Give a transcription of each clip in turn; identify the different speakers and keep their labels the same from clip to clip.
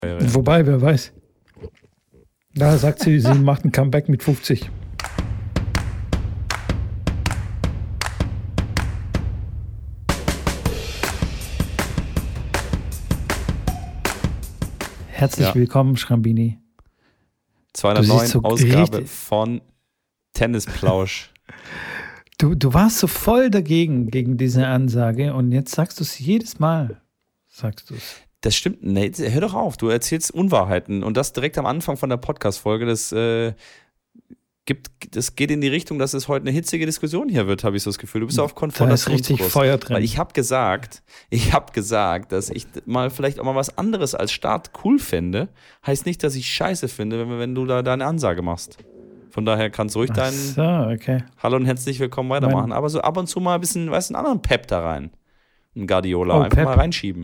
Speaker 1: Wobei, wer weiß. Da sagt sie macht ein Comeback mit 50. Herzlich willkommen, Schrambini.
Speaker 2: 209 so Ausgabe von Tennisplausch.
Speaker 1: Du warst so voll dagegen, gegen diese Ansage, und jetzt sagst du es jedes Mal. Sagst du es.
Speaker 2: Das stimmt. Nee, hör doch auf, du erzählst Unwahrheiten. Und das direkt am Anfang von der Podcast-Folge. Das geht in die Richtung, dass es heute eine hitzige Diskussion hier wird, habe ich so das Gefühl. Du bist auf Konfrontationskurs.
Speaker 1: Da ist richtig Feuer drin.
Speaker 2: Weil ich habe gesagt, dass ich mal vielleicht auch mal was anderes als Start cool fände. Heißt nicht, dass ich scheiße finde, wenn du da deine Ansage machst. Von daher kannst du ruhig deinen Hallo und herzlich willkommen weitermachen. Aber so ab und zu mal ein bisschen, weißt du, einen anderen Pep da rein. Ein Guardiola, einfach mal reinschieben.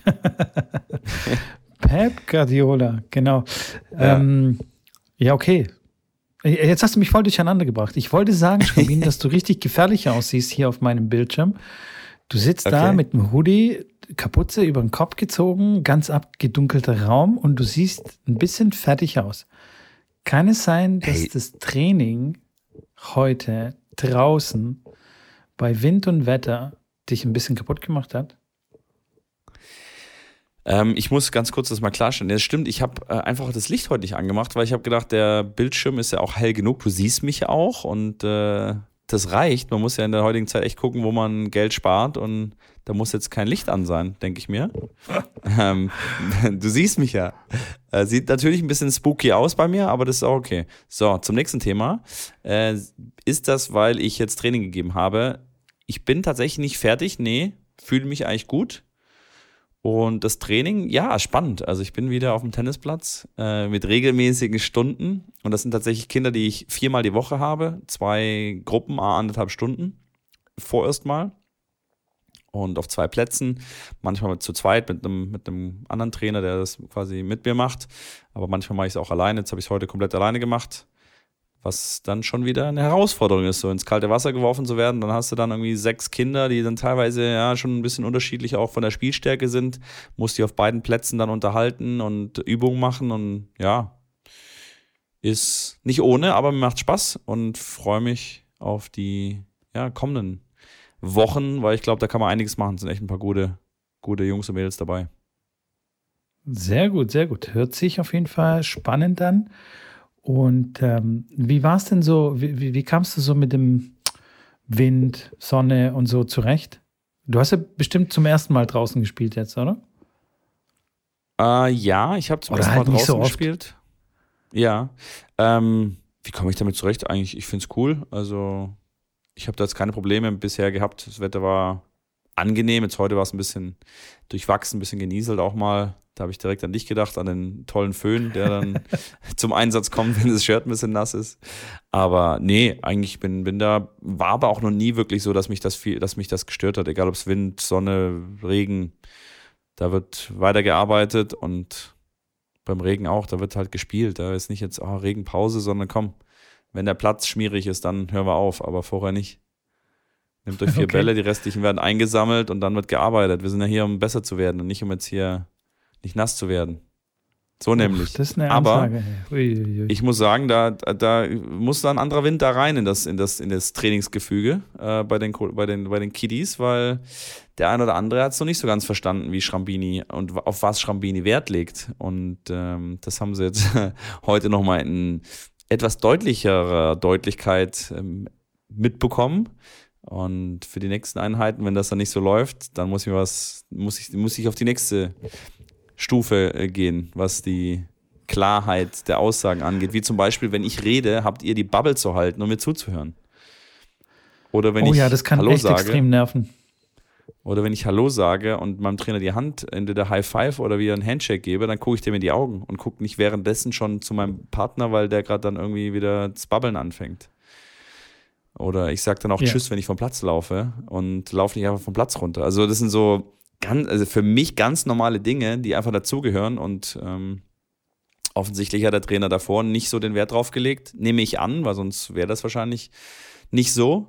Speaker 1: Pep Guardiola, genau. Ja, okay. Jetzt hast du mich voll durcheinander gebracht. Ich wollte sagen, Schrambini, dass du richtig gefährlich aussiehst hier auf meinem Bildschirm. Du sitzt da mit einem Hoodie, Kapuze über den Kopf gezogen, ganz abgedunkelter Raum, und du siehst ein bisschen fertig aus. Kann es sein, dass das Training heute draußen bei Wind und Wetter dich ein bisschen kaputt gemacht hat?
Speaker 2: Ich muss ganz kurz das mal klarstellen. Das stimmt, ich habe einfach das Licht heute nicht angemacht, weil ich habe gedacht, der Bildschirm ist ja auch hell genug. Du siehst mich auch, und das reicht. Man muss ja in der heutigen Zeit echt gucken, wo man Geld spart, und da muss jetzt kein Licht an sein, denke ich mir. Du siehst mich ja. Sieht natürlich ein bisschen spooky aus bei mir, aber das ist auch okay. So, zum nächsten Thema. Ist das, weil ich jetzt Training gegeben habe? Ich bin tatsächlich nicht fertig, nee, fühle mich eigentlich gut. Und das Training, ja, spannend. Also ich bin wieder auf dem Tennisplatz mit regelmäßigen Stunden. Und das sind tatsächlich Kinder, die ich 4-mal die Woche habe. 2 Gruppen, 1,5 Stunden vorerst mal. Und auf 2 Plätzen. Manchmal zu zweit mit einem anderen Trainer, der das quasi mit mir macht. Aber manchmal mache ich es auch alleine. Jetzt habe ich es heute komplett alleine gemacht. Was dann schon wieder eine Herausforderung ist, so ins kalte Wasser geworfen zu werden. Dann hast du dann irgendwie 6 Kinder, die dann teilweise ja schon ein bisschen unterschiedlich auch von der Spielstärke sind. Musst die auf beiden Plätzen dann unterhalten und Übungen machen, und ja, ist nicht ohne, aber mir macht Spaß, und freue mich auf die kommenden Wochen, weil ich glaube, da kann man einiges machen. Es sind echt ein paar gute Jungs und Mädels dabei.
Speaker 1: Sehr gut, sehr gut. Hört sich auf jeden Fall spannend an. Und wie war es denn so, wie kamst du so mit dem Wind, Sonne und so zurecht? Du hast ja bestimmt zum ersten Mal draußen gespielt jetzt, oder?
Speaker 2: Ja, ich habe zum ersten Mal draußen gespielt. Ja. Wie komme ich damit zurecht? Eigentlich, ich finde es cool. Also ich habe da jetzt keine Probleme bisher gehabt. Das Wetter war angenehm. Jetzt heute war es ein bisschen durchwachsen, ein bisschen genieselt auch mal. Da habe ich direkt an dich gedacht, an den tollen Föhn, der dann zum Einsatz kommt, wenn das Shirt ein bisschen nass ist. Aber nee, eigentlich bin da, war aber auch noch nie wirklich so, dass mich das gestört hat. Egal ob es Wind, Sonne, Regen, da wird weitergearbeitet, und beim Regen auch, da wird halt gespielt. Da ist nicht jetzt Regenpause, sondern komm, wenn der Platz schmierig ist, dann hören wir auf, aber vorher nicht. Nehmt euch 4 Bälle, die restlichen werden eingesammelt, und dann wird gearbeitet. Wir sind ja hier, um besser zu werden und nicht um jetzt hier nicht nass zu werden. So nämlich.
Speaker 1: Das ist eine Ansage.
Speaker 2: Aber ich muss sagen, da muss da ein anderer Wind da rein in das Trainingsgefüge bei den Kiddies, weil der ein oder andere hat es noch nicht so ganz verstanden, wie Schrambini und auf was Schrambini Wert legt. Und das haben sie jetzt heute nochmal in etwas deutlicherer Deutlichkeit mitbekommen. Und für die nächsten Einheiten, wenn das dann nicht so läuft, dann muss ich auf die nächste Stufe gehen, was die Klarheit der Aussagen angeht. Wie zum Beispiel, wenn ich rede, habt ihr die Bubble zu halten, um mir zuzuhören. Oder wenn
Speaker 1: das kann
Speaker 2: Hallo
Speaker 1: echt
Speaker 2: sage,
Speaker 1: extrem nerven.
Speaker 2: Oder wenn ich Hallo sage und meinem Trainer die Hand, entweder High Five oder wieder einen Handshake gebe, dann gucke ich dem in die Augen und gucke nicht währenddessen schon zu meinem Partner, weil der gerade dann irgendwie wieder das Babbeln anfängt. Oder ich sage dann auch Tschüss, wenn ich vom Platz laufe, und laufe nicht einfach vom Platz runter. Also das sind so für mich ganz normale Dinge, die einfach dazugehören, und offensichtlich hat der Trainer davor nicht so den Wert drauf gelegt, nehme ich an, weil sonst wäre das wahrscheinlich nicht so.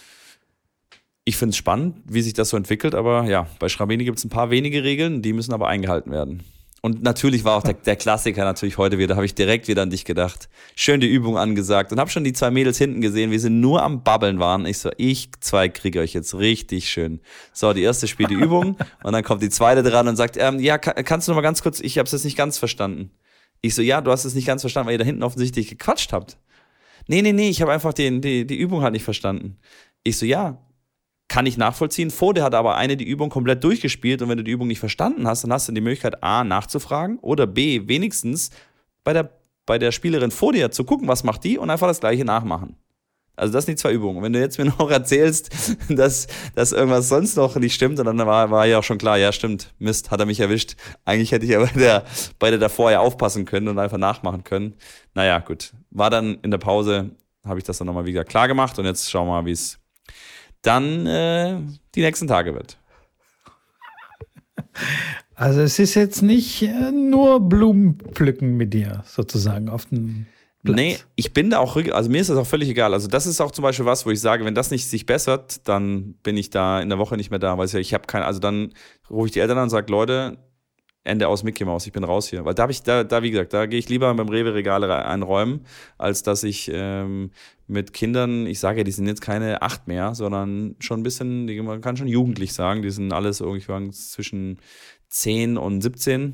Speaker 2: Ich finde es spannend, wie sich das so entwickelt, aber ja, bei Schrambini gibt es ein paar wenige Regeln, die müssen aber eingehalten werden. Und natürlich war auch der Klassiker natürlich heute wieder, da habe ich direkt wieder an dich gedacht. Schön die Übung angesagt und habe schon die 2 Mädels hinten gesehen, wie sie nur am Babbeln waren. Ich so, ich 2 kriege euch jetzt richtig schön. So, die erste spielt die Übung und dann kommt die zweite dran und sagt, ja, kannst du noch mal ganz kurz, ich habe es jetzt nicht ganz verstanden. Ich so, ja, du hast es nicht ganz verstanden, weil ihr da hinten offensichtlich gequatscht habt. Nee, ich habe einfach die Übung halt nicht verstanden. Ich so, ja, kann ich nachvollziehen. Vor dir hat aber eine die Übung komplett durchgespielt und wenn du die Übung nicht verstanden hast, dann hast du die Möglichkeit, A, nachzufragen oder B, wenigstens bei der Spielerin vor dir zu gucken, was macht die und einfach das Gleiche nachmachen. Also das sind die 2 Übungen. Wenn du jetzt mir noch erzählst, dass irgendwas sonst noch nicht stimmt, und dann war ja auch schon klar, ja stimmt, Mist, hat er mich erwischt. Eigentlich hätte ich ja bei der davor ja aufpassen können und einfach nachmachen können. Naja, gut. War dann in der Pause, habe ich das dann nochmal wieder klar gemacht und jetzt schauen wir mal, wie es dann die nächsten Tage wird.
Speaker 1: Also es ist jetzt nicht nur Blumenpflücken mit dir sozusagen auf dem Platz.
Speaker 2: Nee, ich bin da auch, also mir ist das auch völlig egal. Also das ist auch zum Beispiel was, wo ich sage, wenn das nicht sich bessert, dann bin ich da in der Woche nicht mehr da, weil ich habe also dann rufe ich die Eltern an und sage, Leute, Ende aus Mickey Mouse, ich bin raus hier. Weil wie gesagt, da gehe ich lieber beim Rewe Regale einräumen, als dass ich mit Kindern, ich sage ja, die sind jetzt keine 8 mehr, sondern schon ein bisschen, man kann schon jugendlich sagen, die sind alles irgendwie zwischen 10 und 17.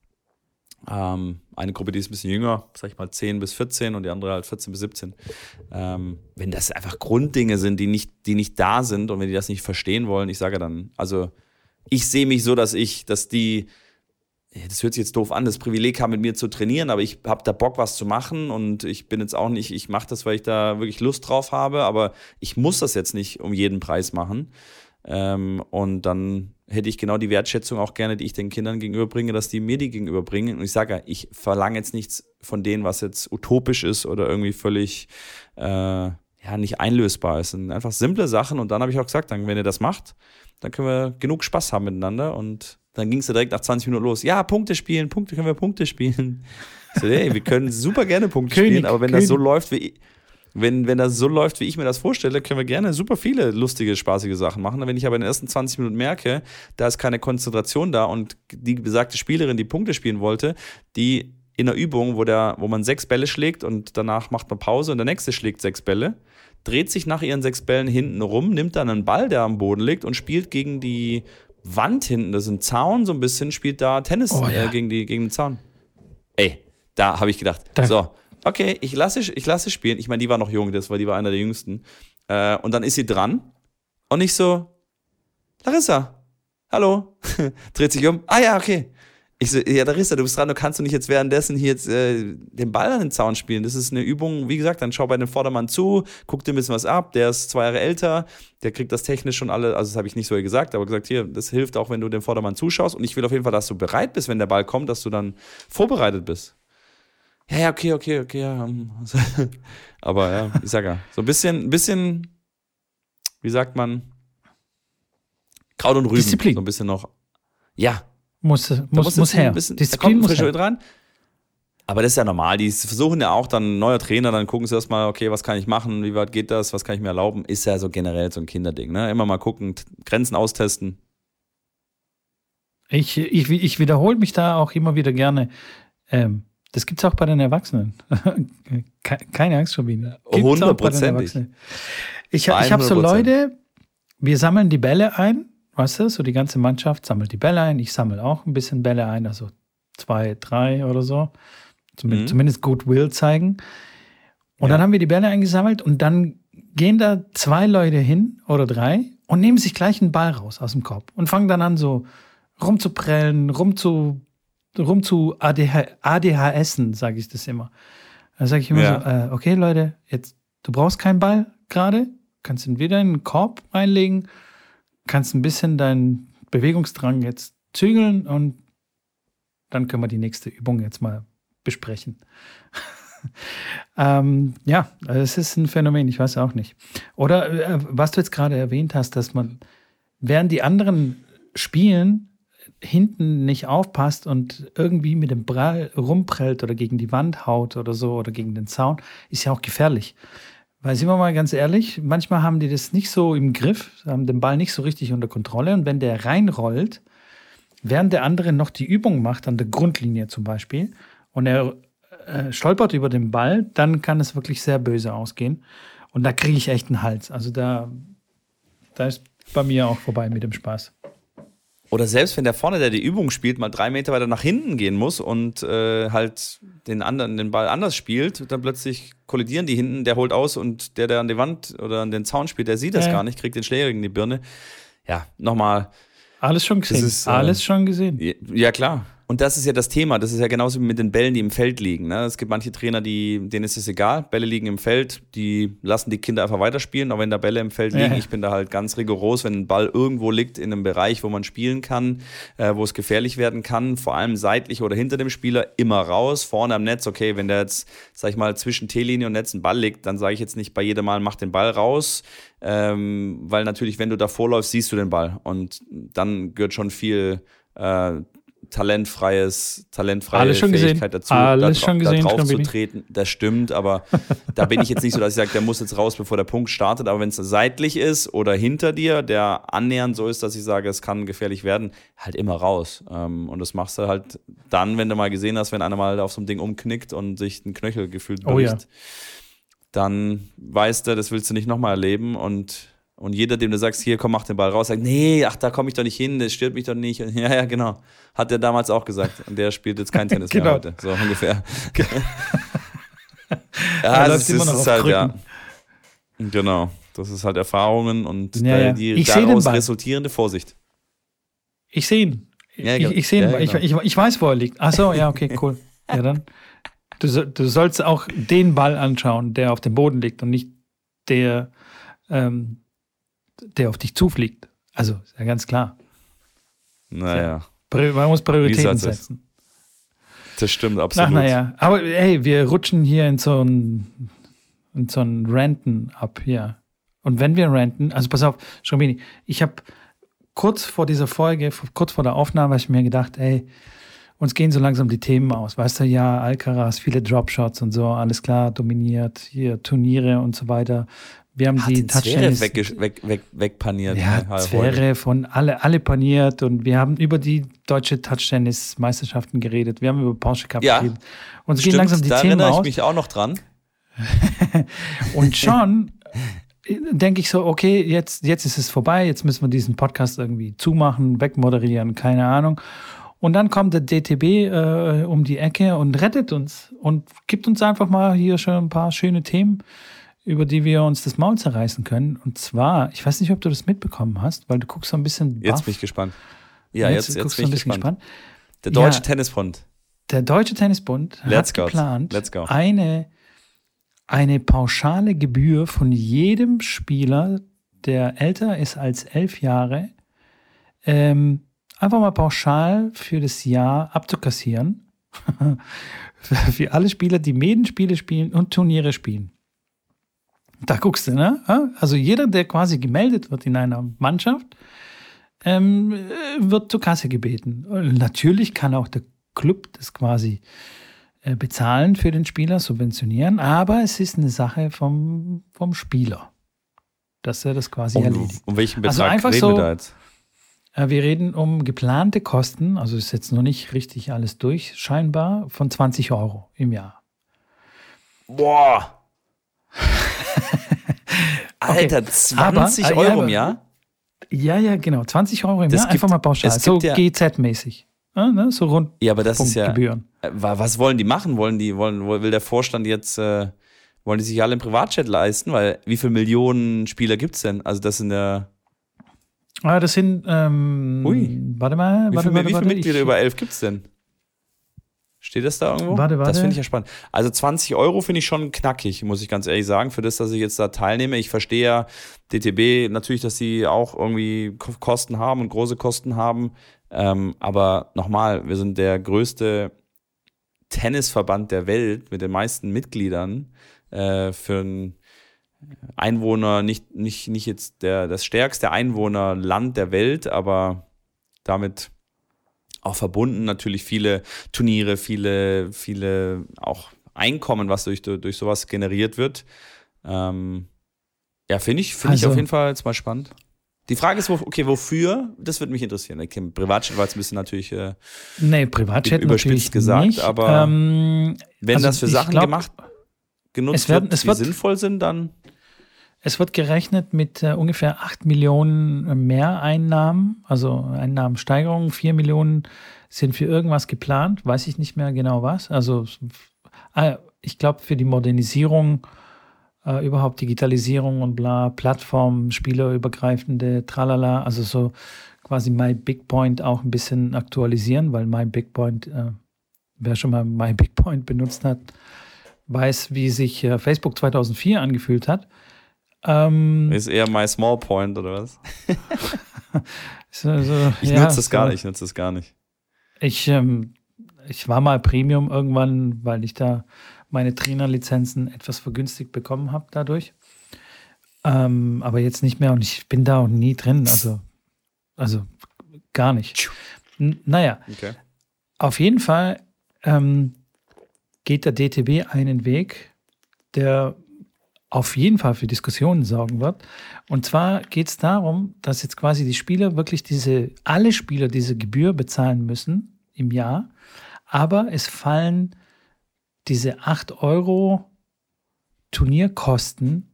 Speaker 2: Eine Gruppe, die ist ein bisschen jünger, sag ich mal 10 bis 14 und die andere halt 14 bis 17. Wenn das einfach Grunddinge sind, die nicht da sind und wenn die das nicht verstehen wollen, ich sage dann, also ich sehe mich so, dass die, das hört sich jetzt doof an, das Privileg haben, mit mir zu trainieren, aber ich habe da Bock, was zu machen und ich bin jetzt auch nicht, ich mache das, weil ich da wirklich Lust drauf habe, aber ich muss das jetzt nicht um jeden Preis machen. Und dann hätte ich genau die Wertschätzung auch gerne, die ich den Kindern gegenüberbringe, dass die mir die gegenüberbringen. Und ich sage ja, ich verlange jetzt nichts von denen, was jetzt utopisch ist oder irgendwie völlig nicht einlösbar ist. Das sind einfach simple Sachen. Und dann habe ich auch gesagt, dann, wenn ihr das macht, dann können wir genug Spaß haben miteinander. Und dann ging es ja direkt nach 20 Minuten los. Ja, Punkte spielen, können wir Punkte spielen. Ich so, hey, wir können super gerne Punkte spielen, aber wenn das so läuft wie Wenn das so läuft, wie ich mir das vorstelle, können wir gerne super viele lustige, spaßige Sachen machen. Wenn ich aber in den ersten 20 Minuten merke, da ist keine Konzentration da und die besagte Spielerin, die Punkte spielen wollte, die in einer Übung, wo man 6 Bälle schlägt und danach macht man Pause und der nächste schlägt 6 Bälle, dreht sich nach ihren 6 Bällen hinten rum, nimmt dann einen Ball, der am Boden liegt und spielt gegen die Wand hinten, das ist ein Zaun so ein bisschen, spielt da Tennis gegen den Zaun. Ey, da habe ich gedacht, so, okay, ich lasse spielen. Ich meine, die war noch jung, die war einer der jüngsten. Und dann ist sie dran und ich so, Larissa, hallo, dreht sich um, ja, okay. Ich so, ja, Larissa, du bist dran, du kannst doch nicht jetzt währenddessen hier jetzt den Ball an den Zaun spielen. Das ist eine Übung, wie gesagt, dann schau bei dem Vordermann zu, guck dir ein bisschen was ab, der ist 2 Jahre älter, der kriegt das technisch schon alle, also das habe ich nicht so gesagt, aber gesagt, hier, das hilft auch, wenn du dem Vordermann zuschaust und ich will auf jeden Fall, dass du bereit bist, wenn der Ball kommt, dass du dann vorbereitet bist. Ja, okay, ja. Aber ja, ich sag ja, so ein bisschen, wie sagt man, Kraut und Rüben.
Speaker 1: Disziplin.
Speaker 2: So ein bisschen noch, ja.
Speaker 1: Muss her.
Speaker 2: Da kommt ein frischer dran. Aber das ist ja normal. Die versuchen ja auch dann, neuer Trainer, dann gucken sie erstmal, okay, was kann ich machen, wie weit geht das, was kann ich mir erlauben. Ist ja so generell so ein Kinderding, ne? Immer mal gucken, Grenzen austesten.
Speaker 1: Ich wiederhole mich da auch immer wieder gerne. Das gibt es auch bei den Erwachsenen. Keine Angst, Schobine.
Speaker 2: 100%.
Speaker 1: Ich habe so Leute, wir sammeln die Bälle ein, weißt du, so die ganze Mannschaft sammelt die Bälle ein. Ich sammle auch ein bisschen Bälle ein, also 2, 3 oder so. Zumindest Goodwill zeigen. Und dann haben wir die Bälle eingesammelt und dann gehen da 2 Leute hin oder 3 und nehmen sich gleich einen Ball raus aus dem Korb und fangen dann an so rumzuprellen, rum zu ADHSen, sage ich das immer. Dann sage ich immer so, okay Leute, jetzt, du brauchst keinen Ball gerade, kannst ihn wieder in den Korb reinlegen, kannst ein bisschen deinen Bewegungsdrang jetzt zügeln und dann können wir die nächste Übung jetzt mal besprechen. Ja, es ist ein Phänomen, ich weiß auch nicht. Oder was du jetzt gerade erwähnt hast, dass man, während die anderen spielen, hinten nicht aufpasst und irgendwie mit dem Ball rumprellt oder gegen die Wand haut oder so oder gegen den Zaun, ist ja auch gefährlich. Weil, sind wir mal ganz ehrlich, manchmal haben die das nicht so im Griff, haben den Ball nicht so richtig unter Kontrolle und wenn der reinrollt während der andere noch die Übung macht, an der Grundlinie zum Beispiel, und er stolpert über den Ball, dann kann es wirklich sehr böse ausgehen. Und da kriege ich echt einen Hals. Also da ist bei mir auch vorbei mit dem Spaß.
Speaker 2: Oder selbst wenn der vorne, der die Übung spielt, mal 3 Meter weiter nach hinten gehen muss und halt den Ball anders spielt, dann plötzlich kollidieren die hinten, der holt aus und der an die Wand oder an den Zaun spielt, der sieht das gar nicht, kriegt den Schläger in die Birne. Ja, nochmal.
Speaker 1: Alles schon gesehen. Alles schon gesehen.
Speaker 2: Ja, klar. Und das ist ja das Thema. Das ist ja genauso wie mit den Bällen, die im Feld liegen. Ne? Es gibt manche Trainer, denen ist es egal. Bälle liegen im Feld, die lassen die Kinder einfach weiterspielen. Auch wenn da Bälle im Feld liegen, ich bin da halt ganz rigoros. Wenn ein Ball irgendwo liegt in einem Bereich, wo man spielen kann, wo es gefährlich werden kann, vor allem seitlich oder hinter dem Spieler, immer raus. Vorne am Netz, okay, wenn der jetzt, sag ich mal, zwischen T-Linie und Netz ein Ball liegt, dann sage ich jetzt nicht bei jedem Mal, mach den Ball raus. Weil natürlich, wenn du davor läufst, siehst du den Ball. Und dann gehört schon viel talentfreie Fähigkeit dazu, da drauf zu treten. Das stimmt, aber da bin ich jetzt nicht so, dass ich sage, der muss jetzt raus, bevor der Punkt startet. Aber wenn es seitlich ist oder hinter dir, der annähernd so ist, dass ich sage, es kann gefährlich werden, halt immer raus. Und das machst du halt dann, wenn du mal gesehen hast, wenn einer mal auf so einem Ding umknickt und sich ein Knöchel gefühlt bricht, dann weißt du, das willst du nicht nochmal erleben. Und jeder, dem du sagst, hier, komm, mach den Ball raus, sagt, nee, da komme ich doch nicht hin, das stört mich doch nicht. Ja, genau. Hat der damals auch gesagt. Und der spielt jetzt kein Tennis mehr heute. So ungefähr. Ja, das ist halt, ja. Genau. Das ist halt Erfahrungen und die daraus resultierende Vorsicht.
Speaker 1: Ich sehe ihn. Ich sehe ihn. Genau. Ich weiß, wo er liegt. Ach so, ja, okay, cool. Ja, dann. Du sollst auch den Ball anschauen, der auf dem Boden liegt und nicht der auf dich zufliegt. Also, ist ja ganz klar.
Speaker 2: Naja.
Speaker 1: Man muss Prioritäten setzen.
Speaker 2: Das stimmt, absolut.
Speaker 1: Naja, aber hey, wir rutschen hier in so ein Ranten ab hier. Und wenn wir ranten, also pass auf, Schrambini, ich habe kurz vor dieser Folge, kurz vor der Aufnahme, habe ich mir gedacht, ey, uns gehen so langsam die Themen aus. Weißt du, ja, Alcaraz, viele Dropshots und so, alles klar, dominiert, hier Turniere und so weiter. Wir haben die Touchtennis
Speaker 2: wegpaniert.
Speaker 1: Ja, Zverev alle paniert und wir haben über die deutsche Touchtennis-Meisterschaften geredet. Wir haben über Porsche Cup geredet. Und es gehen langsam die Themen aus. Da
Speaker 2: erinnere ich mich auch noch dran.
Speaker 1: Und schon denke ich so, okay, jetzt ist es vorbei, jetzt müssen wir diesen Podcast irgendwie zumachen, wegmoderieren, keine Ahnung. Und dann kommt der DTB um die Ecke und rettet uns und gibt uns einfach mal hier schon ein paar schöne Themen, über die wir uns das Maul zerreißen können. Und zwar, ich weiß nicht, ob du das mitbekommen hast, weil du guckst so ein bisschen baff.
Speaker 2: Jetzt bin ich gespannt. Ja, jetzt bin ich gespannt. Der
Speaker 1: Deutsche
Speaker 2: Tennisbund.
Speaker 1: Der Deutsche Tennisbund hat geplant, eine pauschale Gebühr von jedem Spieler, der älter ist als 11 Jahre, einfach mal pauschal für das Jahr abzukassieren. Für alle Spieler, die Medenspiele spielen und Turniere spielen. Da guckst du, ne? Also jeder, der quasi gemeldet wird in einer Mannschaft, wird zur Kasse gebeten. Natürlich kann auch der Club das quasi bezahlen für den Spieler, subventionieren, aber es ist eine Sache vom Spieler, dass er das quasi erledigt.
Speaker 2: Um welchen Betrag reden wir da jetzt?
Speaker 1: Wir reden um geplante Kosten, also ist jetzt noch nicht richtig alles durch, scheinbar, von 20 Euro im Jahr.
Speaker 2: Boah! Alter, 20 Euro im Jahr?
Speaker 1: Ja, genau. 20 Euro im Jahr, einfach mal pauschal. So GZ-mäßig. Ja, ne? So rund.
Speaker 2: Ja, aber das ist ja.
Speaker 1: Gebühren.
Speaker 2: Was wollen die machen? Will der Vorstand jetzt, wollen die sich alle einen Privatjet leisten? Weil wie viele Millionen Spieler gibt es denn? Also, das sind ja.
Speaker 1: Das sind, warte mal.
Speaker 2: Wie viele Mitglieder über 11 gibt es denn? Steht das da irgendwo?
Speaker 1: Warte.
Speaker 2: Das finde ich ja spannend. Also 20 Euro finde ich schon knackig, muss ich ganz ehrlich sagen, für das, dass ich jetzt da teilnehme. Ich verstehe ja DTB natürlich, dass sie auch irgendwie Kosten haben und große Kosten haben. Aber nochmal, wir sind der größte Tennisverband der Welt mit den meisten Mitgliedern. Für einen Einwohner, nicht jetzt das stärkste Einwohnerland der Welt, aber damit auch verbunden natürlich viele Turniere, viele auch Einkommen, was durch sowas generiert wird. Ja, finde ich auf jeden Fall jetzt mal spannend. Die Frage ist, wofür? Das würde mich interessieren. Okay, Privatchat war jetzt ein bisschen natürlich
Speaker 1: Privatchat
Speaker 2: überspitzt
Speaker 1: natürlich
Speaker 2: gesagt,
Speaker 1: nicht.
Speaker 2: aber wenn das für Sachen genutzt wird, die sinnvoll sind, dann...
Speaker 1: Es wird gerechnet mit ungefähr 8 Millionen Mehreinnahmen, also Einnahmensteigerungen. 4 Millionen sind für irgendwas geplant, weiß ich nicht mehr genau was. Also ich glaube für die Modernisierung, überhaupt Digitalisierung und bla, Plattformen, spielerübergreifende, tralala, also so quasi MyBigPoint auch ein bisschen aktualisieren, weil MyBigPoint, wer schon mal MyBigPoint benutzt hat, weiß, wie sich Facebook 2004 angefühlt hat.
Speaker 2: Ist eher My Small Point oder was? Ich nutze es gar nicht.
Speaker 1: Ich war mal Premium irgendwann, weil ich da meine Trainerlizenzen etwas vergünstigt bekommen habe dadurch. Aber jetzt nicht mehr und ich bin da auch nie drin, also gar nicht. Naja,
Speaker 2: okay.
Speaker 1: Auf jeden Fall geht der DTB einen Weg, der auf jeden Fall für Diskussionen sorgen wird. Und zwar geht es darum, dass jetzt quasi die Spieler wirklich alle Spieler diese Gebühr bezahlen müssen im Jahr, aber es fallen diese 8 € Turnierkosten,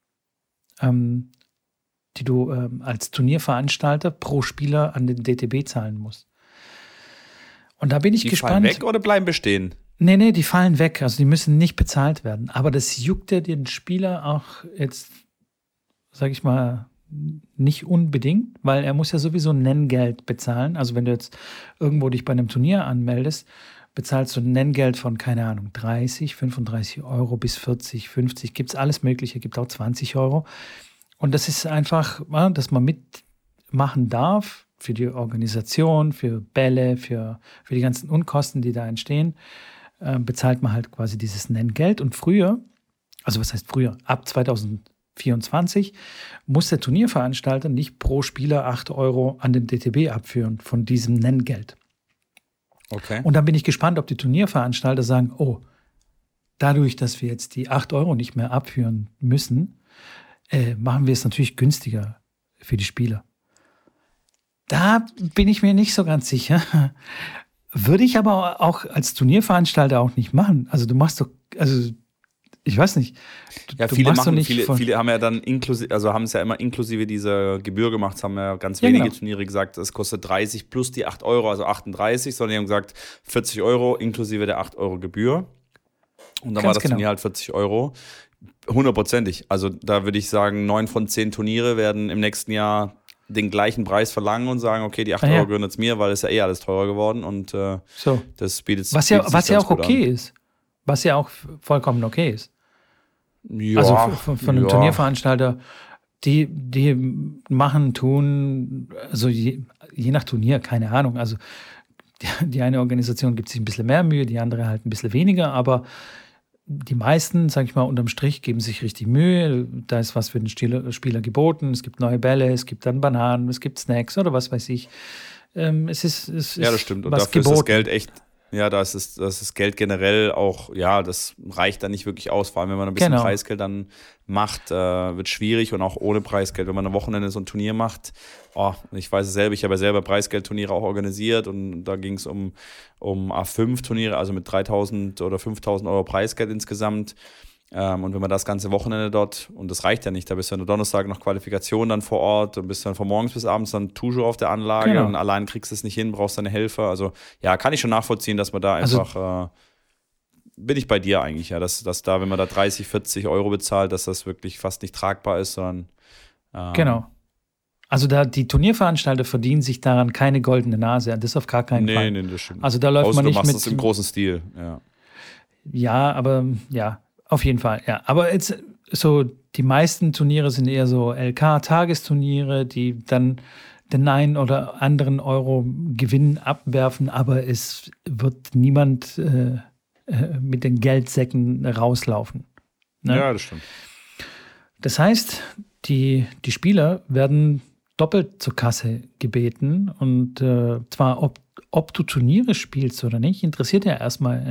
Speaker 1: die du als Turnierveranstalter pro Spieler an den DTB zahlen musst. Und da bin ich gespannt.
Speaker 2: Die fallen weg oder bleiben bestehen?
Speaker 1: Nee, die fallen weg. Also die müssen nicht bezahlt werden. Aber das juckt ja den Spieler auch jetzt, sag ich mal, nicht unbedingt, weil er muss ja sowieso Nenngeld bezahlen. Also wenn du jetzt irgendwo dich bei einem Turnier anmeldest, bezahlst du ein Nenngeld von, keine Ahnung, 30, 35 € bis 40, 50, gibt es alles Mögliche, gibt auch 20 €. Und das ist einfach, dass man mitmachen darf für die Organisation, für Bälle, für die ganzen Unkosten, die da entstehen, bezahlt man halt quasi dieses Nenngeld. Und früher, also was heißt früher, ab 2024 muss der Turnierveranstalter nicht pro Spieler 8 € an den DTB abführen von diesem Nenngeld.
Speaker 2: Okay.
Speaker 1: Und dann bin ich gespannt, ob die Turnierveranstalter sagen, oh, dadurch, dass wir jetzt die 8 € nicht mehr abführen müssen, machen wir es natürlich günstiger für die Spieler. Da bin ich mir nicht so ganz sicher. Würde ich aber auch als Turnierveranstalter auch nicht machen. Also du machst doch, also ich weiß nicht.
Speaker 2: Viele haben ja dann inklusive, also haben es ja immer inklusive dieser Gebühr gemacht, das haben ja ganz wenige Turniere gesagt, es kostet 30 plus die 8 €, also 38, sondern die haben gesagt 40 € inklusive der 8 € Gebühr. Und dann war das Turnier halt 40 €. 100%ig. Also da würde ich sagen, 9 von 10 Turniere werden im nächsten Jahr den gleichen Preis verlangen und sagen, okay, die 8 € gehören jetzt mir, weil es ja alles teurer geworden und das bietet sich
Speaker 1: was ja auch okay ist. Was ja auch vollkommen okay ist.
Speaker 2: Ja,
Speaker 1: also von einem Turnierveranstalter, die machen, tun, also je nach Turnier, keine Ahnung. Also die eine Organisation gibt sich ein bisschen mehr Mühe, die andere halt ein bisschen weniger, aber die meisten, sag ich mal, unterm Strich geben sich richtig Mühe. Da ist was für den Spieler geboten. Es gibt neue Bälle, es gibt dann Bananen, es gibt Snacks oder was weiß ich. Es ist
Speaker 2: das stimmt. Und
Speaker 1: was
Speaker 2: dafür
Speaker 1: geboten.
Speaker 2: ist das Geld echt, das ist Geld generell auch, das reicht dann nicht wirklich aus. Vor allem, wenn man ein bisschen Preisgeld dann macht, wird schwierig und auch ohne Preisgeld. Wenn man am Wochenende so ein Turnier macht, ich weiß es selber, ich habe ja selber Preisgeldturniere auch organisiert und da ging es um A5-Turniere, also mit 3.000 oder 5.000 € Preisgeld insgesamt. Und wenn man das ganze Wochenende dort, und das reicht ja nicht, da bist du an der Donnerstag noch Qualifikation dann vor Ort und bist dann von morgens bis abends dann toujours auf der Anlage und allein kriegst du es nicht hin, brauchst deine Helfer. Also kann ich schon nachvollziehen, dass man da einfach, bin ich bei dir eigentlich, dass da, wenn man da 30, 40 € bezahlt, dass das wirklich fast nicht tragbar ist, sondern
Speaker 1: genau. Also die Turnierveranstalter verdienen sich daran keine goldene Nase, das auf gar keinen Fall. Nee, das stimmt. Also da läuft man nicht mit. Du machst
Speaker 2: das im großen Stil, ja.
Speaker 1: Ja, aber auf jeden Fall, ja. Aber jetzt so, die meisten Turniere sind eher so LK-Tagesturniere, die dann den einen oder anderen Euro Gewinn abwerfen, aber es wird niemand mit den Geldsäcken rauslaufen. Ne?
Speaker 2: Ja, das stimmt.
Speaker 1: Das heißt, die Spieler werden doppelt zur Kasse gebeten und zwar, ob du Turniere spielst oder nicht, interessiert ja erstmal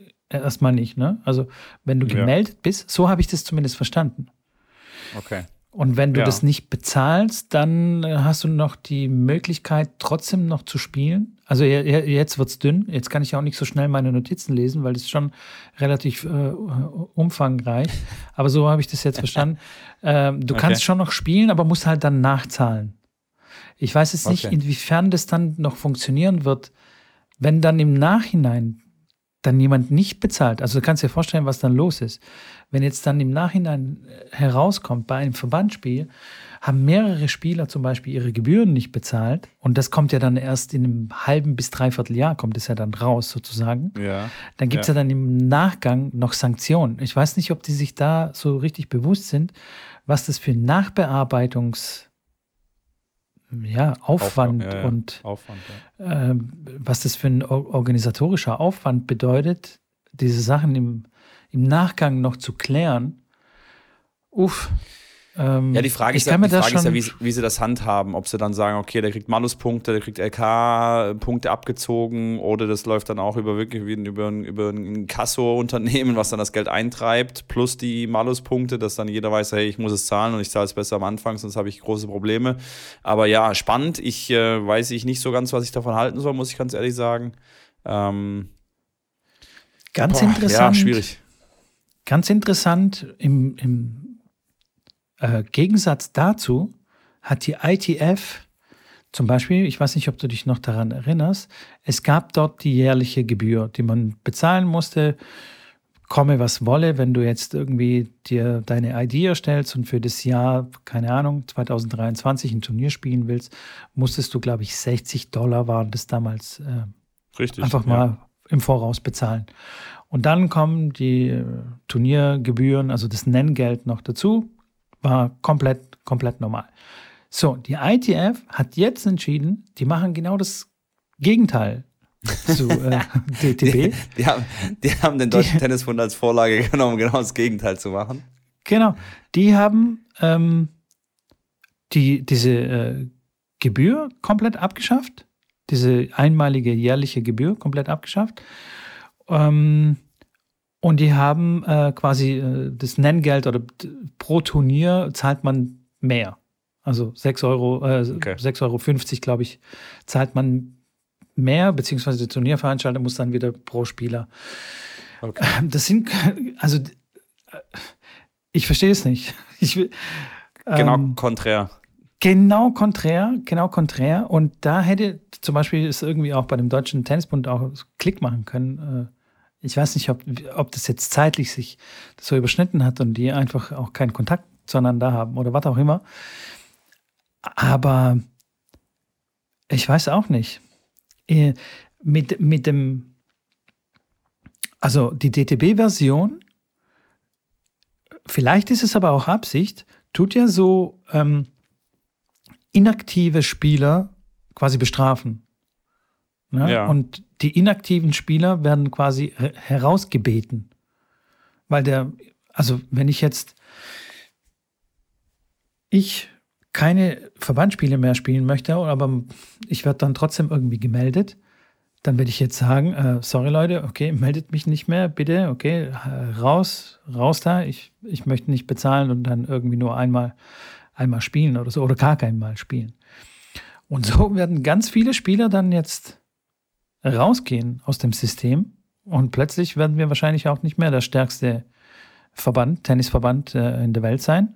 Speaker 1: nicht, ne? Also wenn du gemeldet bist, so habe ich das zumindest verstanden.
Speaker 2: Okay.
Speaker 1: Und wenn du
Speaker 2: Ja.
Speaker 1: das nicht bezahlst, dann hast du noch die Möglichkeit, trotzdem noch zu spielen. Also jetzt wird's dünn. Jetzt kann ich auch nicht so schnell meine Notizen lesen, weil das ist schon relativ umfangreich. Aber so habe ich das jetzt verstanden. Du kannst schon noch spielen, aber musst halt dann nachzahlen. Ich weiß jetzt nicht, inwiefern das dann noch funktionieren wird, wenn dann im Nachhinein dann jemand nicht bezahlt. Also du kannst dir vorstellen, was dann los ist. Wenn jetzt dann im Nachhinein herauskommt, bei einem Verbandsspiel, haben mehrere Spieler zum Beispiel ihre Gebühren nicht bezahlt und das kommt ja dann erst in einem halben bis dreiviertel Jahr, kommt es ja dann raus sozusagen.
Speaker 2: Ja.
Speaker 1: Dann gibt es ja dann im Nachgang noch Sanktionen. Ich weiß nicht, ob die sich da so richtig bewusst sind, was das für Aufwand und was das für ein organisatorischer Aufwand bedeutet, diese Sachen im Nachgang noch zu klären.
Speaker 2: Die Frage ist ja, wie sie das handhaben. Ob sie dann sagen, okay, der kriegt Maluspunkte, der kriegt LK-Punkte abgezogen oder das läuft dann auch über ein Kasso-Unternehmen, was dann das Geld eintreibt, plus die Maluspunkte, dass dann jeder weiß, hey, ich muss es zahlen und ich zahle es besser am Anfang, sonst habe ich große Probleme. Aber ja, spannend. Ich weiß nicht so ganz, was ich davon halten soll, muss ich ganz ehrlich sagen.
Speaker 1: Ganz interessant.
Speaker 2: Ja, schwierig.
Speaker 1: Ganz interessant, im Gegensatz dazu hat die ITF zum Beispiel, ich weiß nicht, ob du dich noch daran erinnerst, es gab dort die jährliche Gebühr, die man bezahlen musste, komme was wolle, wenn du jetzt irgendwie dir deine ID erstellst und für das Jahr, keine Ahnung, 2023 ein Turnier spielen willst, musstest du, glaube ich, $60 waren das damals
Speaker 2: Richtig,
Speaker 1: einfach mal im Voraus bezahlen. Und dann kommen die Turniergebühren, also das Nenngeld noch dazu, war komplett normal. So, die ITF hat jetzt entschieden, die machen genau das Gegenteil zu DTB.
Speaker 2: Die haben den Deutschen Tennisbund als Vorlage genommen, genau das Gegenteil zu machen.
Speaker 1: Genau, die haben diese Gebühr komplett abgeschafft, diese einmalige jährliche Gebühr komplett abgeschafft. Und die haben quasi das Nenngeld oder pro Turnier zahlt man mehr. Also 6 Euro, 6,50 Euro, glaube ich, zahlt man mehr, beziehungsweise der Turnierveranstalter muss dann wieder pro Spieler. Okay. Das sind, also ich verstehe es nicht.
Speaker 2: Konträr.
Speaker 1: Genau konträr. Und da hätte zum Beispiel es irgendwie auch bei dem Deutschen Tennisbund auch Klick machen können. Ich weiß nicht, ob das jetzt zeitlich sich so überschnitten hat und die einfach auch keinen Kontakt zueinander haben oder was auch immer. Aber ich weiß auch nicht. Also die DTB-Version, vielleicht ist es aber auch Absicht, tut ja so inaktive Spieler quasi bestrafen. Ne? Ja. Und die inaktiven Spieler werden quasi herausgebeten. Weil wenn ich keine Verbandsspiele mehr spielen möchte, aber ich werde dann trotzdem irgendwie gemeldet, dann werde ich jetzt sagen, sorry Leute, okay, meldet mich nicht mehr, bitte, okay, raus da, ich möchte nicht bezahlen und dann irgendwie nur einmal spielen oder so, oder gar kein Mal spielen. Und so werden ganz viele Spieler dann jetzt rausgehen aus dem System und plötzlich werden wir wahrscheinlich auch nicht mehr der stärkste Tennisverband in der Welt sein.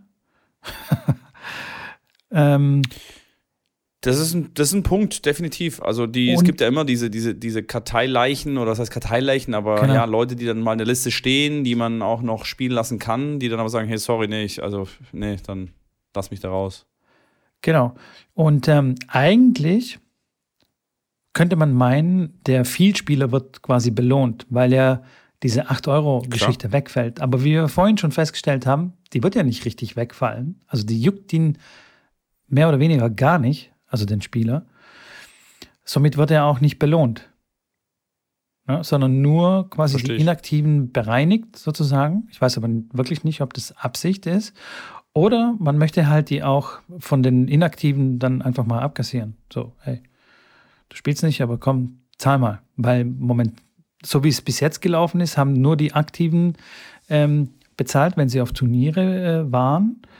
Speaker 2: Das ist ein Punkt, definitiv. Also es gibt ja immer diese Karteileichen, oder das heißt Karteileichen, aber genau. Ja, Leute, die dann mal in der Liste stehen, die man auch noch spielen lassen kann, die dann aber sagen, hey, sorry, dann lass mich da raus.
Speaker 1: Genau. Und eigentlich könnte man meinen, der Vielspieler wird quasi belohnt, weil ja diese 8-Euro-Geschichte wegfällt. Aber wie wir vorhin schon festgestellt haben, die wird ja nicht richtig wegfallen. Also die juckt ihn mehr oder weniger gar nicht, also den Spieler. Somit wird er auch nicht belohnt. Ja, sondern nur quasi die Inaktiven bereinigt sozusagen. Ich weiß aber wirklich nicht, ob das Absicht ist. Oder man möchte halt die auch von den Inaktiven dann einfach mal abkassieren. So, hey, du spielst nicht, aber komm, zahl mal. Weil so wie es bis jetzt gelaufen ist, haben nur die Aktiven bezahlt, wenn sie auf Turniere waren.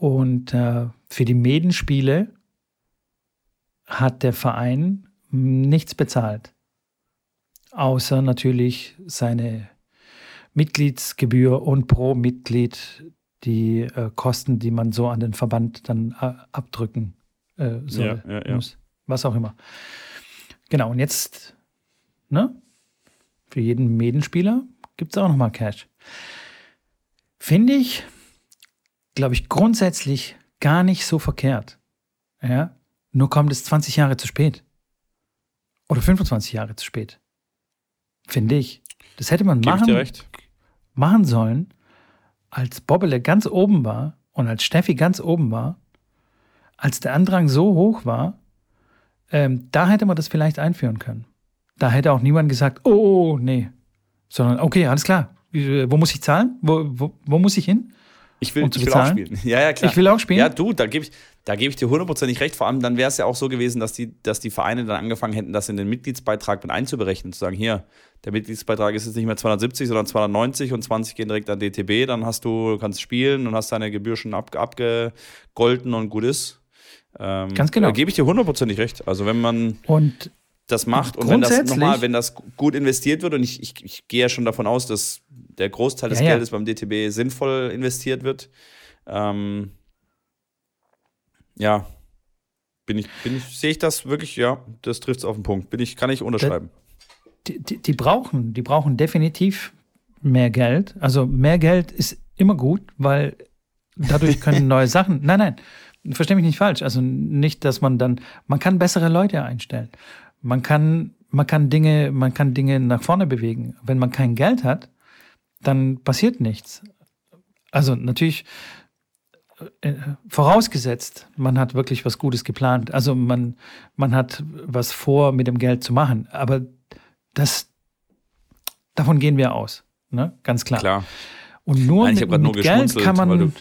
Speaker 1: Und für die Medenspiele hat der Verein nichts bezahlt. Außer natürlich seine Mitgliedsgebühr und pro Mitglied die Kosten, die man so an den Verband dann abdrücken soll, muss, was auch immer. Genau, und jetzt, ne, für jeden Medenspieler gibt es auch nochmal Cash. Finde ich, glaube ich, grundsätzlich gar nicht so verkehrt. Ja? Nur kommt es 20 Jahre zu spät. Oder 25 Jahre zu spät. Finde ich. Das hätte man machen sollen, als Bobbele ganz oben war und als Steffi ganz oben war, als der Andrang so hoch war, da hätte man das vielleicht einführen können. Da hätte auch niemand gesagt, oh, nee. Sondern, okay, alles klar. Wo muss ich zahlen? Wo muss ich hin?
Speaker 2: Ich will auch spielen. Ja, klar.
Speaker 1: Ich will auch spielen?
Speaker 2: Ja, du, da gebe ich dir hundertprozentig recht. Vor allem, dann wäre es ja auch so gewesen, dass die Vereine dann angefangen hätten, das in den Mitgliedsbeitrag mit einzuberechnen. Zu sagen, hier, der Mitgliedsbeitrag ist jetzt nicht mehr 270, sondern 290 und 20 gehen direkt an DTB. Dann kannst spielen und hast deine Gebühr schon abgegolten und gut ist.
Speaker 1: Ganz genau.
Speaker 2: Da gebe ich dir hundertprozentig recht. Also wenn man das macht und wenn das gut investiert wird, und ich gehe ja schon davon aus, dass der Großteil des Geldes beim DTB sinnvoll investiert wird, sehe ich das wirklich, das trifft es auf den Punkt. Kann ich unterschreiben.
Speaker 1: Die brauchen definitiv mehr Geld. Also mehr Geld ist immer gut, weil dadurch können neue Sachen, nein, versteh mich nicht falsch. Also nicht, dass man kann bessere Leute einstellen. Man kann Dinge nach vorne bewegen. Wenn man kein Geld hat, dann passiert nichts. Also natürlich vorausgesetzt, man hat wirklich was Gutes geplant. Also man hat was vor, mit dem Geld zu machen. Aber davon gehen wir aus. Ne? Ganz klar.
Speaker 2: Klar.
Speaker 1: Und nur mit Geld kann man...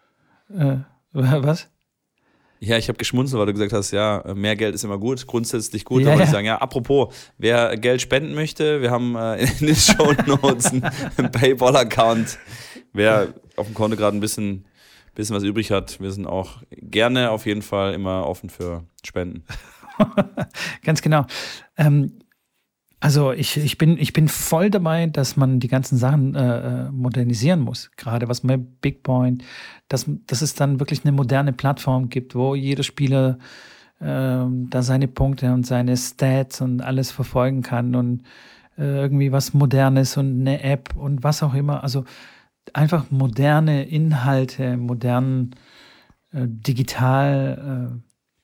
Speaker 1: was?
Speaker 2: Ja, ich habe geschmunzelt, weil du gesagt hast, mehr Geld ist immer gut, grundsätzlich gut. Da wollte ich sagen, apropos, wer Geld spenden möchte, wir haben in den Shownotes einen PayPal-Account. Wer auf dem Konto gerade ein bisschen was übrig hat, wir sind auch gerne auf jeden Fall immer offen für Spenden.
Speaker 1: Ganz genau. Also ich bin voll dabei, dass man die ganzen Sachen modernisieren muss. Gerade was mit Big Point, dass es dann wirklich eine moderne Plattform gibt, wo jeder Spieler da seine Punkte und seine Stats und alles verfolgen kann und irgendwie was Modernes und eine App und was auch immer. Also einfach moderne Inhalte, digital,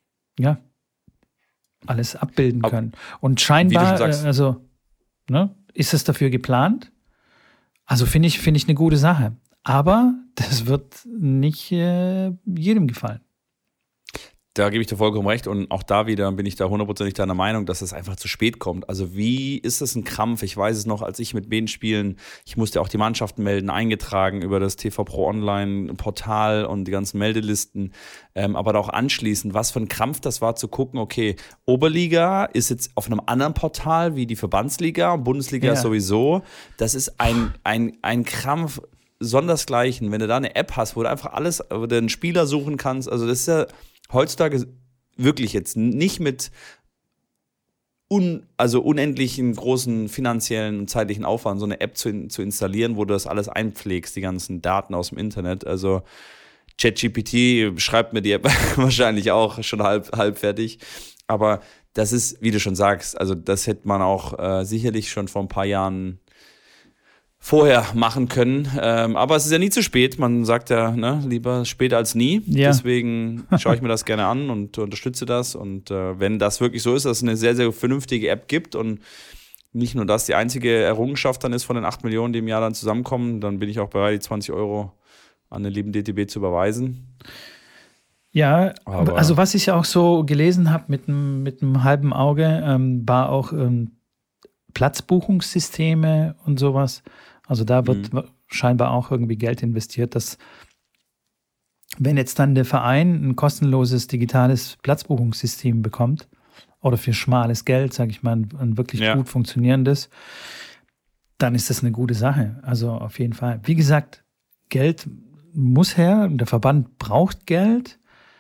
Speaker 1: alles abbilden können. Und scheinbar, ist es dafür geplant? Also finde ich eine gute Sache. Aber das wird nicht jedem gefallen.
Speaker 2: Da gebe ich dir vollkommen recht, und auch da wieder bin ich da hundertprozentig deiner Meinung, dass es einfach zu spät kommt. Also wie ist das ein Krampf? Ich weiß es noch, als ich mit Beden spielen, ich musste auch die Mannschaften melden, eingetragen über das TV Pro Online Portal und die ganzen Meldelisten, aber auch anschließend, was für ein Krampf das war, zu gucken, okay, Oberliga ist jetzt auf einem anderen Portal wie die Verbandsliga und Bundesliga sowieso. Das ist ein Krampf sondersgleichen, wenn du da eine App hast, wo du einfach alles, wo du einen Spieler suchen kannst. Also das ist ja heutzutage wirklich jetzt nicht mit unendlichen großen finanziellen und zeitlichen Aufwand, so eine App zu installieren, wo du das alles einpflegst, die ganzen Daten aus dem Internet. Also ChatGPT schreibt mir die App wahrscheinlich auch schon halb fertig. Aber das ist, wie du schon sagst, also das hätte man auch sicherlich schon vor ein paar Jahren vorher machen können. Aber es ist ja nie zu spät. Man sagt ja, lieber spät als nie. Ja. Deswegen schaue ich mir das gerne an und unterstütze das. Und wenn das wirklich so ist, dass es eine sehr, sehr vernünftige App gibt und nicht nur das die einzige Errungenschaft dann ist von den 8 Millionen, die im Jahr dann zusammenkommen, dann bin ich auch bereit, die 20 € an den lieben DTB zu überweisen.
Speaker 1: Ja, also was ich ja auch so gelesen habe mit einem halben Auge, war auch Platzbuchungssysteme und sowas. Also da wird scheinbar auch irgendwie Geld investiert, dass wenn jetzt dann der Verein ein kostenloses digitales Platzbuchungssystem bekommt oder für schmales Geld, sage ich mal, ein wirklich gut funktionierendes, dann ist das eine gute Sache. Also auf jeden Fall. Wie gesagt, Geld muss her, der Verband braucht Geld,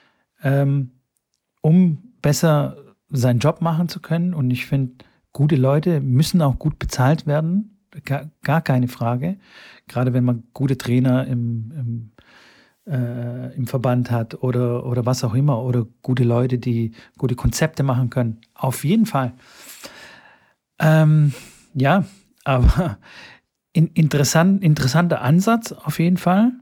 Speaker 1: um besser seinen Job machen zu können. Und ich finde, gute Leute müssen auch gut bezahlt werden, gar keine Frage. Gerade wenn man gute Trainer im Verband hat oder was auch immer, oder gute Leute, die gute Konzepte machen können. Auf jeden Fall. Ja, aber interessanter Ansatz auf jeden Fall.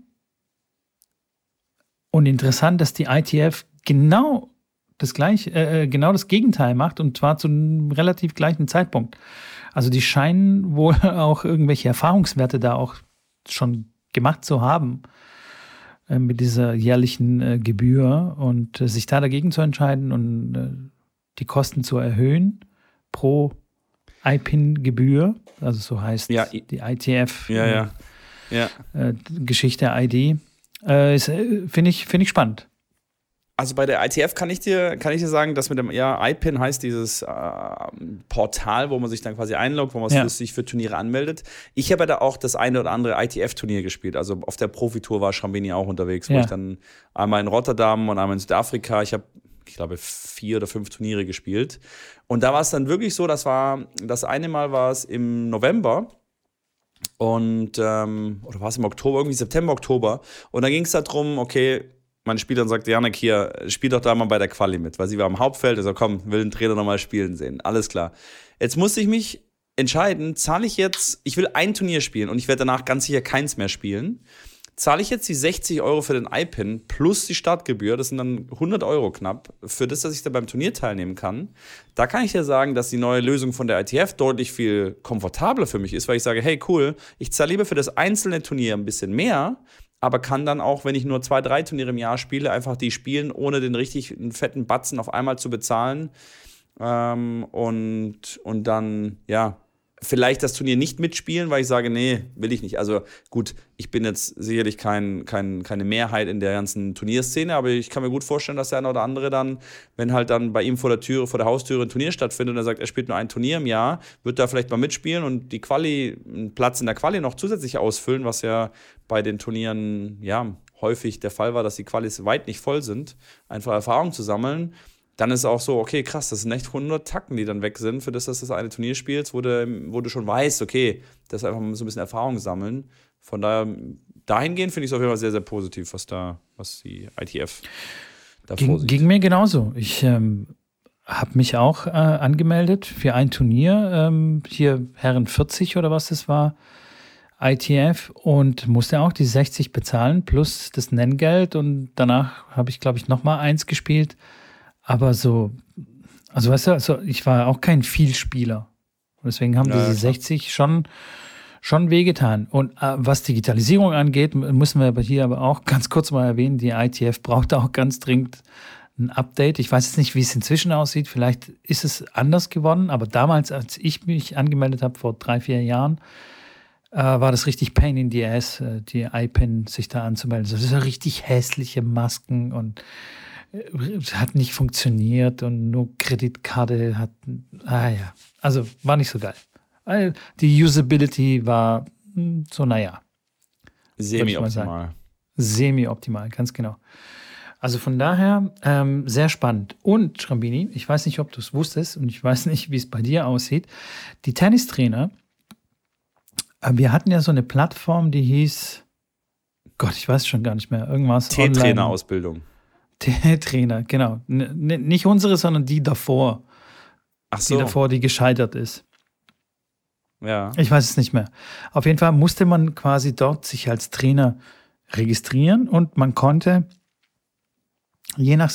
Speaker 1: Und interessant, dass die ITF genau das Gegenteil macht, und zwar zu einem relativ gleichen Zeitpunkt. Also die scheinen wohl auch irgendwelche Erfahrungswerte da auch schon gemacht zu haben mit dieser jährlichen Gebühr, und sich da dagegen zu entscheiden und die Kosten zu erhöhen pro IPIN-Gebühr, also so heißt die ITF Geschichte ID, finde ich spannend.
Speaker 2: Also bei der ITF kann ich dir sagen, dass mit dem IPIN heißt dieses Portal, wo man sich dann quasi einloggt, wo man sich für Turniere anmeldet. Ich habe da auch das eine oder andere ITF-Turnier gespielt. Also auf der Profitour war Schrambini auch unterwegs, wo ich dann einmal in Rotterdam und einmal in Südafrika, ich glaube 4 oder 5 Turniere gespielt. Und da war es dann wirklich so, das eine Mal war es im November. Und oder war es im Oktober, irgendwie September, Oktober. Und dann ging es darum, okay, meine Spielerin sagte, Janek, hier, spiel doch da mal bei der Quali mit, weil sie war am Hauptfeld, also komm, will den Trainer nochmal spielen sehen, alles klar. Jetzt musste ich mich entscheiden, ich will ein Turnier spielen und ich werde danach ganz sicher keins mehr spielen. Zahle ich jetzt die 60 € für den IPIN plus die Startgebühr, das sind dann 100 € knapp, für das, dass ich da beim Turnier teilnehmen kann. Da kann ich ja sagen, dass die neue Lösung von der ITF deutlich viel komfortabler für mich ist, weil ich sage, hey cool, ich zahle lieber für das einzelne Turnier ein bisschen mehr, aber kann dann auch, wenn ich nur 2, 3 Turniere im Jahr spiele, einfach die spielen, ohne den richtig fetten Batzen auf einmal zu bezahlen. Und dann, vielleicht das Turnier nicht mitspielen, weil ich sage, nee, will ich nicht. Also gut, ich bin jetzt sicherlich keine Mehrheit in der ganzen Turnierszene, aber ich kann mir gut vorstellen, dass der eine oder andere dann, wenn halt dann bei ihm vor der Haustüre ein Turnier stattfindet und er sagt, er spielt nur ein Turnier im Jahr, wird da vielleicht mal mitspielen und die einen Platz in der Quali noch zusätzlich ausfüllen, was ja bei den Turnieren häufig der Fall war, dass die Qualis weit nicht voll sind, einfach Erfahrung zu sammeln. Dann ist auch so, okay, krass, das sind echt 100 Tacken, die dann weg sind, für das eine Turnier spielst, wo du schon weißt, okay, das ist einfach mal so ein bisschen Erfahrung sammeln. Von daher, dahingehend finde ich es auf jeden Fall sehr, sehr positiv, was die ITF da vorsieht.
Speaker 1: Ging mir genauso. Ich habe mich auch angemeldet für ein Turnier, hier Herren 40 oder was das war, ITF, und musste auch die 60 bezahlen plus das Nenngeld, und danach habe ich, glaube ich, nochmal eins gespielt. Aber so, also weißt du, ich war auch kein Vielspieler. Deswegen haben diese 60 schon wehgetan. Und was Digitalisierung angeht, müssen wir hier aber auch ganz kurz mal erwähnen, die ITF braucht auch ganz dringend ein Update. Ich weiß jetzt nicht, wie es inzwischen aussieht. Vielleicht ist es anders geworden. Aber damals, als ich mich angemeldet habe, vor 3, 4 Jahren, war das richtig Pain in the Ass, die IPIN sich da anzumelden. Das ist ja richtig hässliche Masken und hat nicht funktioniert und nur Kreditkarte hat, also war nicht so geil. Die Usability war so,
Speaker 2: Semi-optimal.
Speaker 1: Semi-optimal, ganz genau. Also von daher sehr spannend. Und Schrambini, ich weiß nicht, ob du es wusstest und ich weiß nicht, wie es bei dir aussieht, die Tennistrainer, wir hatten ja so eine Plattform, die hieß, Gott, ich weiß schon gar nicht mehr, irgendwas.
Speaker 2: T-Trainer-Ausbildung.
Speaker 1: Trainer, genau. Nicht unsere, sondern die davor.
Speaker 2: Ach so.
Speaker 1: Die davor, die gescheitert ist.
Speaker 2: Ja.
Speaker 1: Ich weiß es nicht mehr. Auf jeden Fall musste man quasi dort sich als Trainer registrieren und man konnte je nach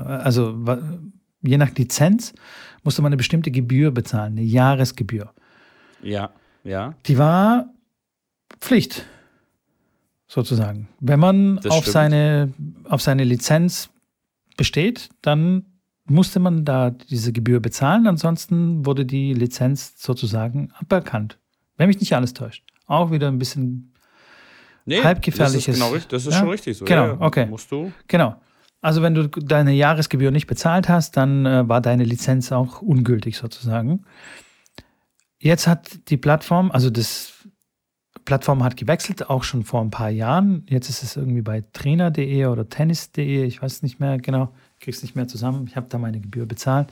Speaker 1: Lizenz musste man eine bestimmte Gebühr bezahlen, eine Jahresgebühr.
Speaker 2: Ja.
Speaker 1: Die war Pflicht. Sozusagen. Wenn man auf seine Lizenz besteht, dann musste man da diese Gebühr bezahlen, ansonsten wurde die Lizenz sozusagen aberkannt. Wenn mich nicht alles täuscht. Auch wieder ein bisschen halbgefährliches.
Speaker 2: Das ist schon richtig so.
Speaker 1: Genau, okay.
Speaker 2: Musst du.
Speaker 1: Genau. Also wenn du deine Jahresgebühr nicht bezahlt hast, dann war deine Lizenz auch ungültig sozusagen. Jetzt hat die Plattform, also das Plattform hat gewechselt, auch schon vor ein paar Jahren. Jetzt ist es irgendwie bei trainer.de oder tennis.de, ich weiß nicht mehr genau, krieg's nicht mehr zusammen. Ich habe da meine Gebühr bezahlt.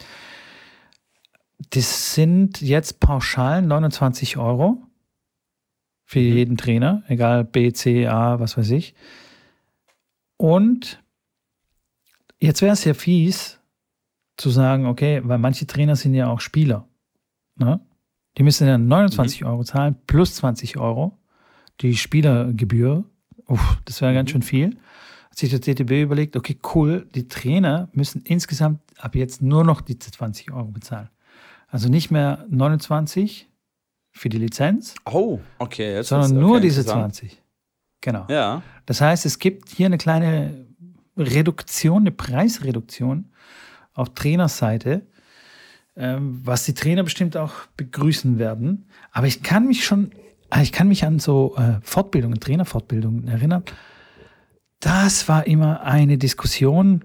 Speaker 1: Das sind jetzt pauschal 29 € für jeden Trainer, egal B, C, A, was weiß ich. Und jetzt wäre es ja fies zu sagen, okay, weil manche Trainer sind ja auch Spieler. Ne? Die müssen ja 29 € zahlen plus 20 €. Die Spielergebühr, das wäre ganz schön viel. Hat sich der DTB überlegt, okay, cool, die Trainer müssen insgesamt ab jetzt nur noch diese 20 € bezahlen. Also nicht mehr 29 für die Lizenz,
Speaker 2: okay, jetzt
Speaker 1: sondern nur diese 20. Genau.
Speaker 2: Ja.
Speaker 1: Das heißt, es gibt hier eine kleine Reduktion, eine Preisreduktion auf Trainerseite, was die Trainer bestimmt auch begrüßen werden. Aber ich kann mich an so Fortbildungen, Trainerfortbildungen erinnern. Das war immer eine Diskussion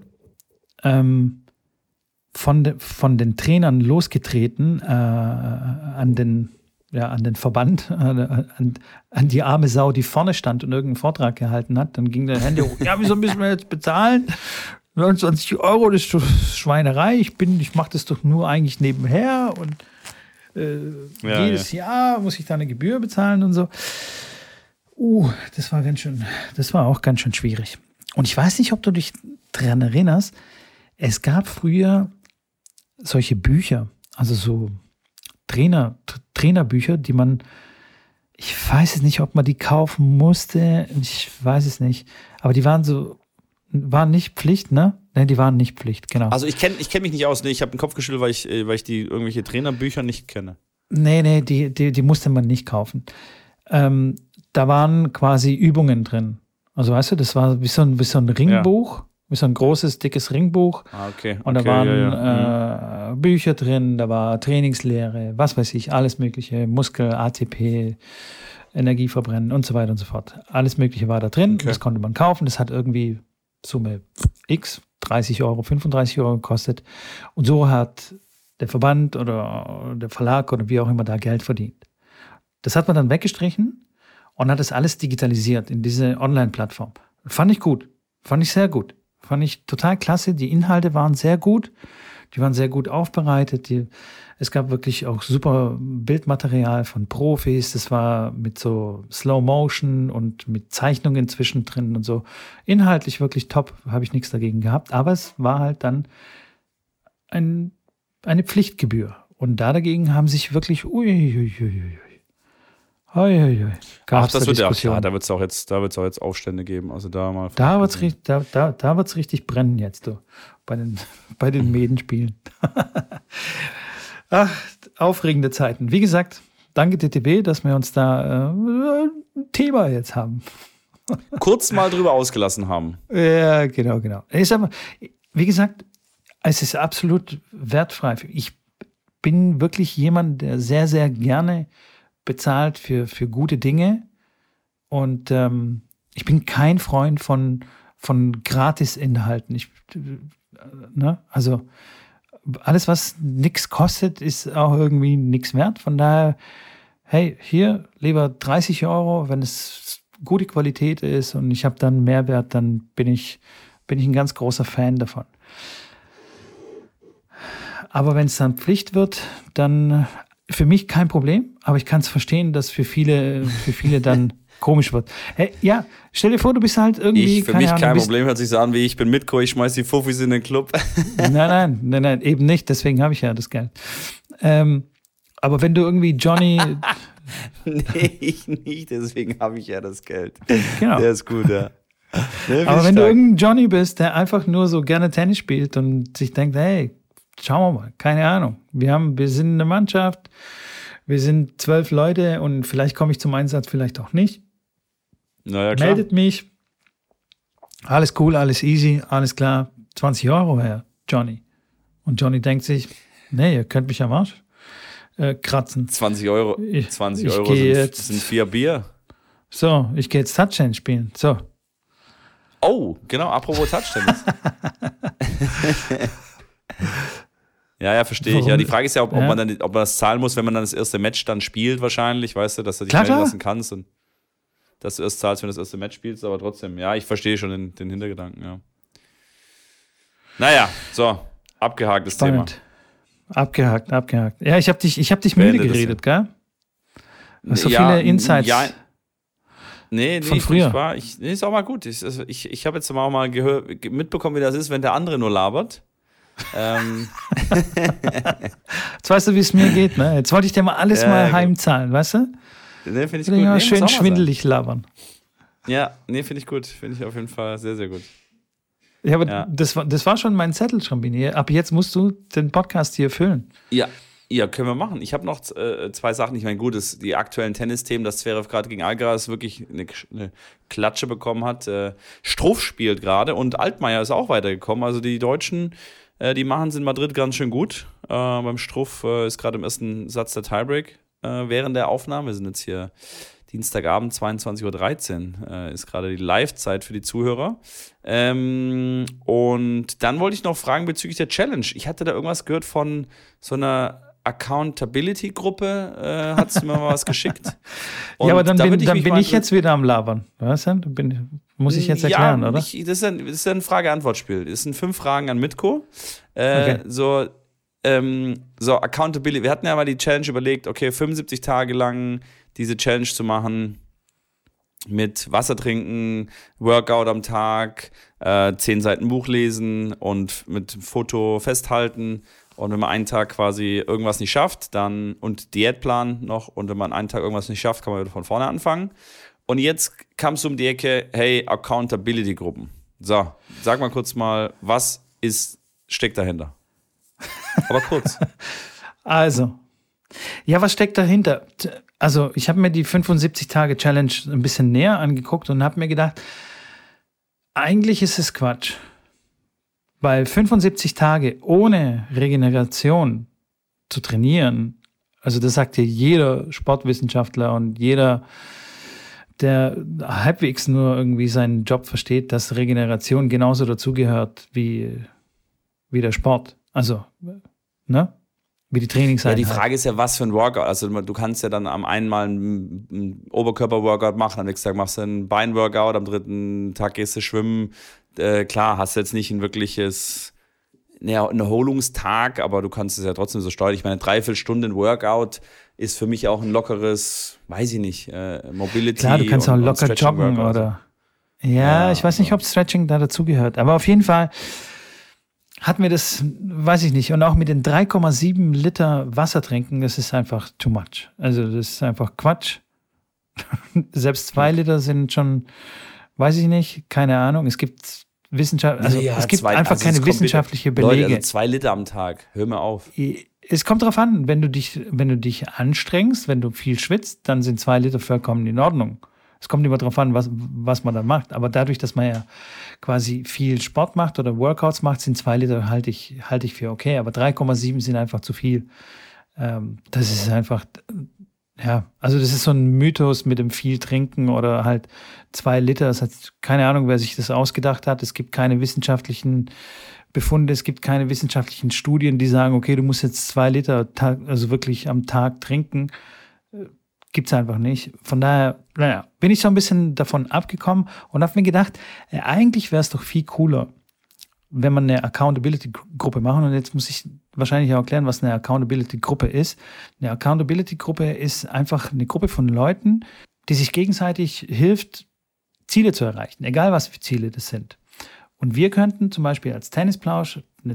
Speaker 1: von den Trainern losgetreten an den Verband, an die arme Sau, die vorne stand und irgendeinen Vortrag gehalten hat. Dann ging der Hände hoch. Ja, wieso müssen wir jetzt bezahlen? 29 €, das ist doch Schweinerei. Ich mache das doch nur eigentlich nebenher und jedes Jahr muss ich da eine Gebühr bezahlen und so. Das war auch ganz schön schwierig. Und ich weiß nicht, ob du dich daran erinnerst, es gab früher solche Bücher, also so Trainerbücher, die ich weiß es nicht, ob man die kaufen musste, ich weiß es nicht, aber die waren nicht Pflicht, ne? Nein, die waren nicht Pflicht, genau.
Speaker 2: Also ich kenn mich nicht aus, ne? Ich habe den Kopf geschüttelt, weil ich die irgendwelche Trainerbücher nicht kenne.
Speaker 1: Nee, die musste man nicht kaufen. Da waren quasi Übungen drin. Also weißt du, das war wie so ein Ringbuch, wie so ein großes, dickes Ringbuch.
Speaker 2: Okay.
Speaker 1: Und da waren Bücher drin, da war Trainingslehre, was weiß ich, alles mögliche, Muskel, ATP, Energie verbrennen und so weiter und so fort. Alles Mögliche war da drin, Das konnte man kaufen, das hat irgendwie Summe X, 30 €, 35 € gekostet. Und so hat der Verband oder der Verlag oder wie auch immer da Geld verdient. Das hat man dann weggestrichen und hat das alles digitalisiert in diese Online-Plattform. Fand ich gut, fand ich sehr gut. Fand ich total klasse. Die Inhalte waren sehr gut. Die waren sehr gut aufbereitet. Es gab wirklich auch super Bildmaterial von Profis. Das war mit so Slow Motion und mit Zeichnungen zwischendrin und so. Inhaltlich wirklich top. Habe ich nichts dagegen gehabt. Aber es war halt dann eine Pflichtgebühr. Und dagegen haben sich wirklich
Speaker 2: das wird Diskussion. Da wird es auch jetzt Aufstände geben. Also
Speaker 1: da wird's richtig brennen jetzt, du, bei den Medenspielen. Ach, aufregende Zeiten. Wie gesagt, danke DTB, dass wir uns da ein Thema jetzt haben.
Speaker 2: Kurz mal drüber ausgelassen haben.
Speaker 1: Ja, genau. Wie gesagt, es ist absolut wertfrei. Ich bin wirklich jemand, der sehr, sehr gerne bezahlt für gute Dinge. Und ich bin kein Freund von Gratis-Inhalten. Also alles, was nichts kostet, ist auch irgendwie nichts wert. Von daher, hey, hier lieber 30 €, wenn es gute Qualität ist und ich habe dann Mehrwert, dann bin ich ein ganz großer Fan davon. Aber wenn es dann Pflicht wird, dann für mich kein Problem, aber ich kann es verstehen, dass für viele dann komisch wird. Hey, ja, stell dir vor, du bist halt irgendwie.
Speaker 2: Für mich kein Problem, hört sich so an wie ich bin Mitko, ich schmeiß die Fuffis in den Club.
Speaker 1: Nein, eben nicht, deswegen habe ich ja das Geld. Aber wenn du irgendwie Johnny.
Speaker 2: Nee, ich nicht, deswegen habe ich ja das Geld.
Speaker 1: Genau.
Speaker 2: Der ist gut, ja.
Speaker 1: Aber wenn du irgendein Johnny bist, der einfach nur so gerne Tennis spielt und sich denkt, hey, schauen wir mal, keine Ahnung. Wir sind eine Mannschaft, wir sind 12 Leute und vielleicht komme ich zum Einsatz, vielleicht auch nicht.
Speaker 2: Naja, klar.
Speaker 1: Meldet mich. Alles cool, alles easy, alles klar. 20 € her, Johnny. Und Johnny denkt sich, nee, ihr könnt mich am Arsch kratzen.
Speaker 2: 20 €. 20 € sind 4 Bier.
Speaker 1: So, ich gehe jetzt Touchdown spielen. So.
Speaker 2: Oh, genau, apropos Touchdown. Ja, verstehe ich. Ja, die Frage ist ja, ob man das zahlen muss, wenn man dann das erste Match dann spielt, wahrscheinlich, weißt du, dass du dich melden lassen kannst. Und dass du erst zahlst, wenn du das erste Match spielst, aber trotzdem, ja, ich verstehe schon den Hintergedanken, ja. Naja, so, abgehaktes Thema.
Speaker 1: Abgehakt. Ja, ich hab dich müde geredet, gell? So viele Insights von früher.
Speaker 2: Ist auch mal gut. Ich habe jetzt mal mitbekommen, wie das ist, wenn der andere nur labert.
Speaker 1: Jetzt weißt du, wie es mir geht, ne? Jetzt wollte ich dir mal alles mal heimzahlen, weißt du?
Speaker 2: Ne, finde ich
Speaker 1: gut. Ja, schön schwindelig labern.
Speaker 2: Ja, nee, finde ich gut. Finde ich auf jeden Fall sehr, sehr gut.
Speaker 1: Ja, aber das war schon mein Zettel, Schrambini. Ab jetzt musst du den Podcast hier füllen.
Speaker 2: Ja, können wir machen. Ich habe noch 2 Sachen. Ich meine, gut, die aktuellen Tennisthemen, dass Zverev gerade gegen Alcaraz wirklich eine Klatsche bekommen hat. Struff spielt gerade und Altmaier ist auch weitergekommen. Also die Deutschen, die machen es in Madrid ganz schön gut. Beim Struff ist gerade im ersten Satz der Tiebreak während der Aufnahme. Wir sind jetzt hier Dienstagabend, 22:13 Uhr, ist gerade die Live-Zeit für die Zuhörer. Und dann wollte ich noch fragen bezüglich der Challenge. Ich hatte da irgendwas gehört von so einer Accountability-Gruppe, hat sie mir mal was geschickt. Und
Speaker 1: ja, aber dann bin ich jetzt wieder am Labern. Weißt du? Muss ich jetzt erklären, oder?
Speaker 2: Das ist ein Frage-Antwort-Spiel. Das sind 5 Fragen an Mitko.
Speaker 1: Okay.
Speaker 2: So, Accountability. Wir hatten ja mal die Challenge überlegt, okay, 75 Tage lang diese Challenge zu machen mit Wasser trinken, Workout am Tag, 10 Seiten Buch lesen und mit Foto festhalten. Und wenn man einen Tag quasi irgendwas nicht schafft, dann und Diätplan noch, und wenn man einen Tag irgendwas nicht schafft, kann man wieder von vorne anfangen. Und jetzt kamst du um die Ecke, hey, Accountability-Gruppen. So, sag mal kurz mal, was steckt dahinter? Aber kurz.
Speaker 1: Also, ja, was steckt dahinter? Also, ich habe mir die 75-Tage-Challenge ein bisschen näher angeguckt und habe mir gedacht, eigentlich ist es Quatsch. Weil 75 Tage ohne Regeneration zu trainieren, also das sagt ja jeder Sportwissenschaftler und jeder, der halbwegs nur irgendwie seinen Job versteht, dass Regeneration genauso dazugehört wie der Sport. Also, ne? Wie die Trainingseinheit.
Speaker 2: Ja, die Frage ist ja, was für ein Workout. Also du kannst ja dann am einen Mal einen Oberkörper-Workout machen, am nächsten Tag machst du einen Bein-Workout, am dritten Tag gehst du schwimmen. Klar, hast du jetzt nicht ein wirkliches Erholungstag, aber du kannst es ja trotzdem so steuern. Ich meine, 3/4 Stunden Workout ist für mich auch ein lockeres, weiß ich nicht, Mobility.
Speaker 1: Klar, du kannst auch locker joggen oder. Ja, ich weiß nicht, ob Stretching da dazugehört, aber auf jeden Fall hat mir das, weiß ich nicht, und auch mit den 3,7 Liter Wasser trinken, das ist einfach too much. Also das ist einfach Quatsch. Selbst 2 Liter sind schon, weiß ich nicht, keine Ahnung. Es gibt einfach keine wissenschaftliche Belege.
Speaker 2: Leute, also 2 Liter am Tag, hör mir auf.
Speaker 1: Es kommt darauf an, wenn du dich anstrengst, wenn du viel schwitzt, dann sind 2 Liter vollkommen in Ordnung. Es kommt immer darauf an, was man dann macht. Aber dadurch, dass man ja quasi viel Sport macht oder Workouts macht, sind 2 Liter halte ich für okay. Aber 3,7 sind einfach zu viel. Das ist einfach, ja, also das ist so ein Mythos mit dem viel Trinken oder halt 2 Liter. Das hat keine Ahnung, wer sich das ausgedacht hat. Es gibt keine wissenschaftlichen Befunde, es gibt keine wissenschaftlichen Studien, die sagen, okay, du musst jetzt 2 Liter also wirklich am Tag trinken. Gibt's einfach nicht. Von daher, bin ich so ein bisschen davon abgekommen und habe mir gedacht, eigentlich wäre es doch viel cooler, wenn man eine Accountability-Gruppe machen. Und jetzt muss ich wahrscheinlich auch erklären, was eine Accountability-Gruppe ist. Eine Accountability-Gruppe ist einfach eine Gruppe von Leuten, die sich gegenseitig hilft, Ziele zu erreichen, egal was für Ziele das sind. Und wir könnten zum Beispiel als Tennisplausch,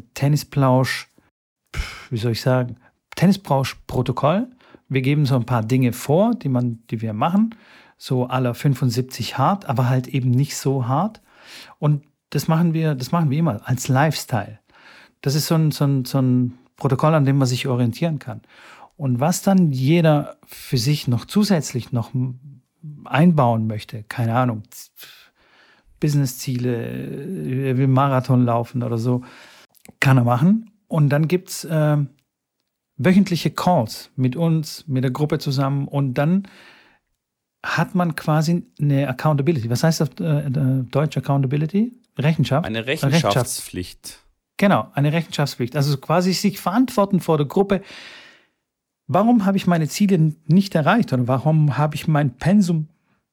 Speaker 1: Tennisplausch-Protokoll. Wir geben so ein paar Dinge vor, die wir machen, so à la 75 hart, aber halt eben nicht so hart. Und das machen wir immer als Lifestyle. Das ist so ein Protokoll, an dem man sich orientieren kann. Und was dann jeder für sich noch zusätzlich noch einbauen möchte, keine Ahnung, Businessziele, er will Marathon laufen oder so, kann er machen. Und dann gibt's wöchentliche Calls mit uns, mit der Gruppe zusammen, und dann hat man quasi eine Accountability. Was heißt auf Deutsch Accountability? Rechenschaft?
Speaker 2: Eine Rechenschaftspflicht.
Speaker 1: Genau, eine Rechenschaftspflicht. Also quasi sich verantworten vor der Gruppe. Warum habe ich meine Ziele nicht erreicht oder warum habe ich mein Pensum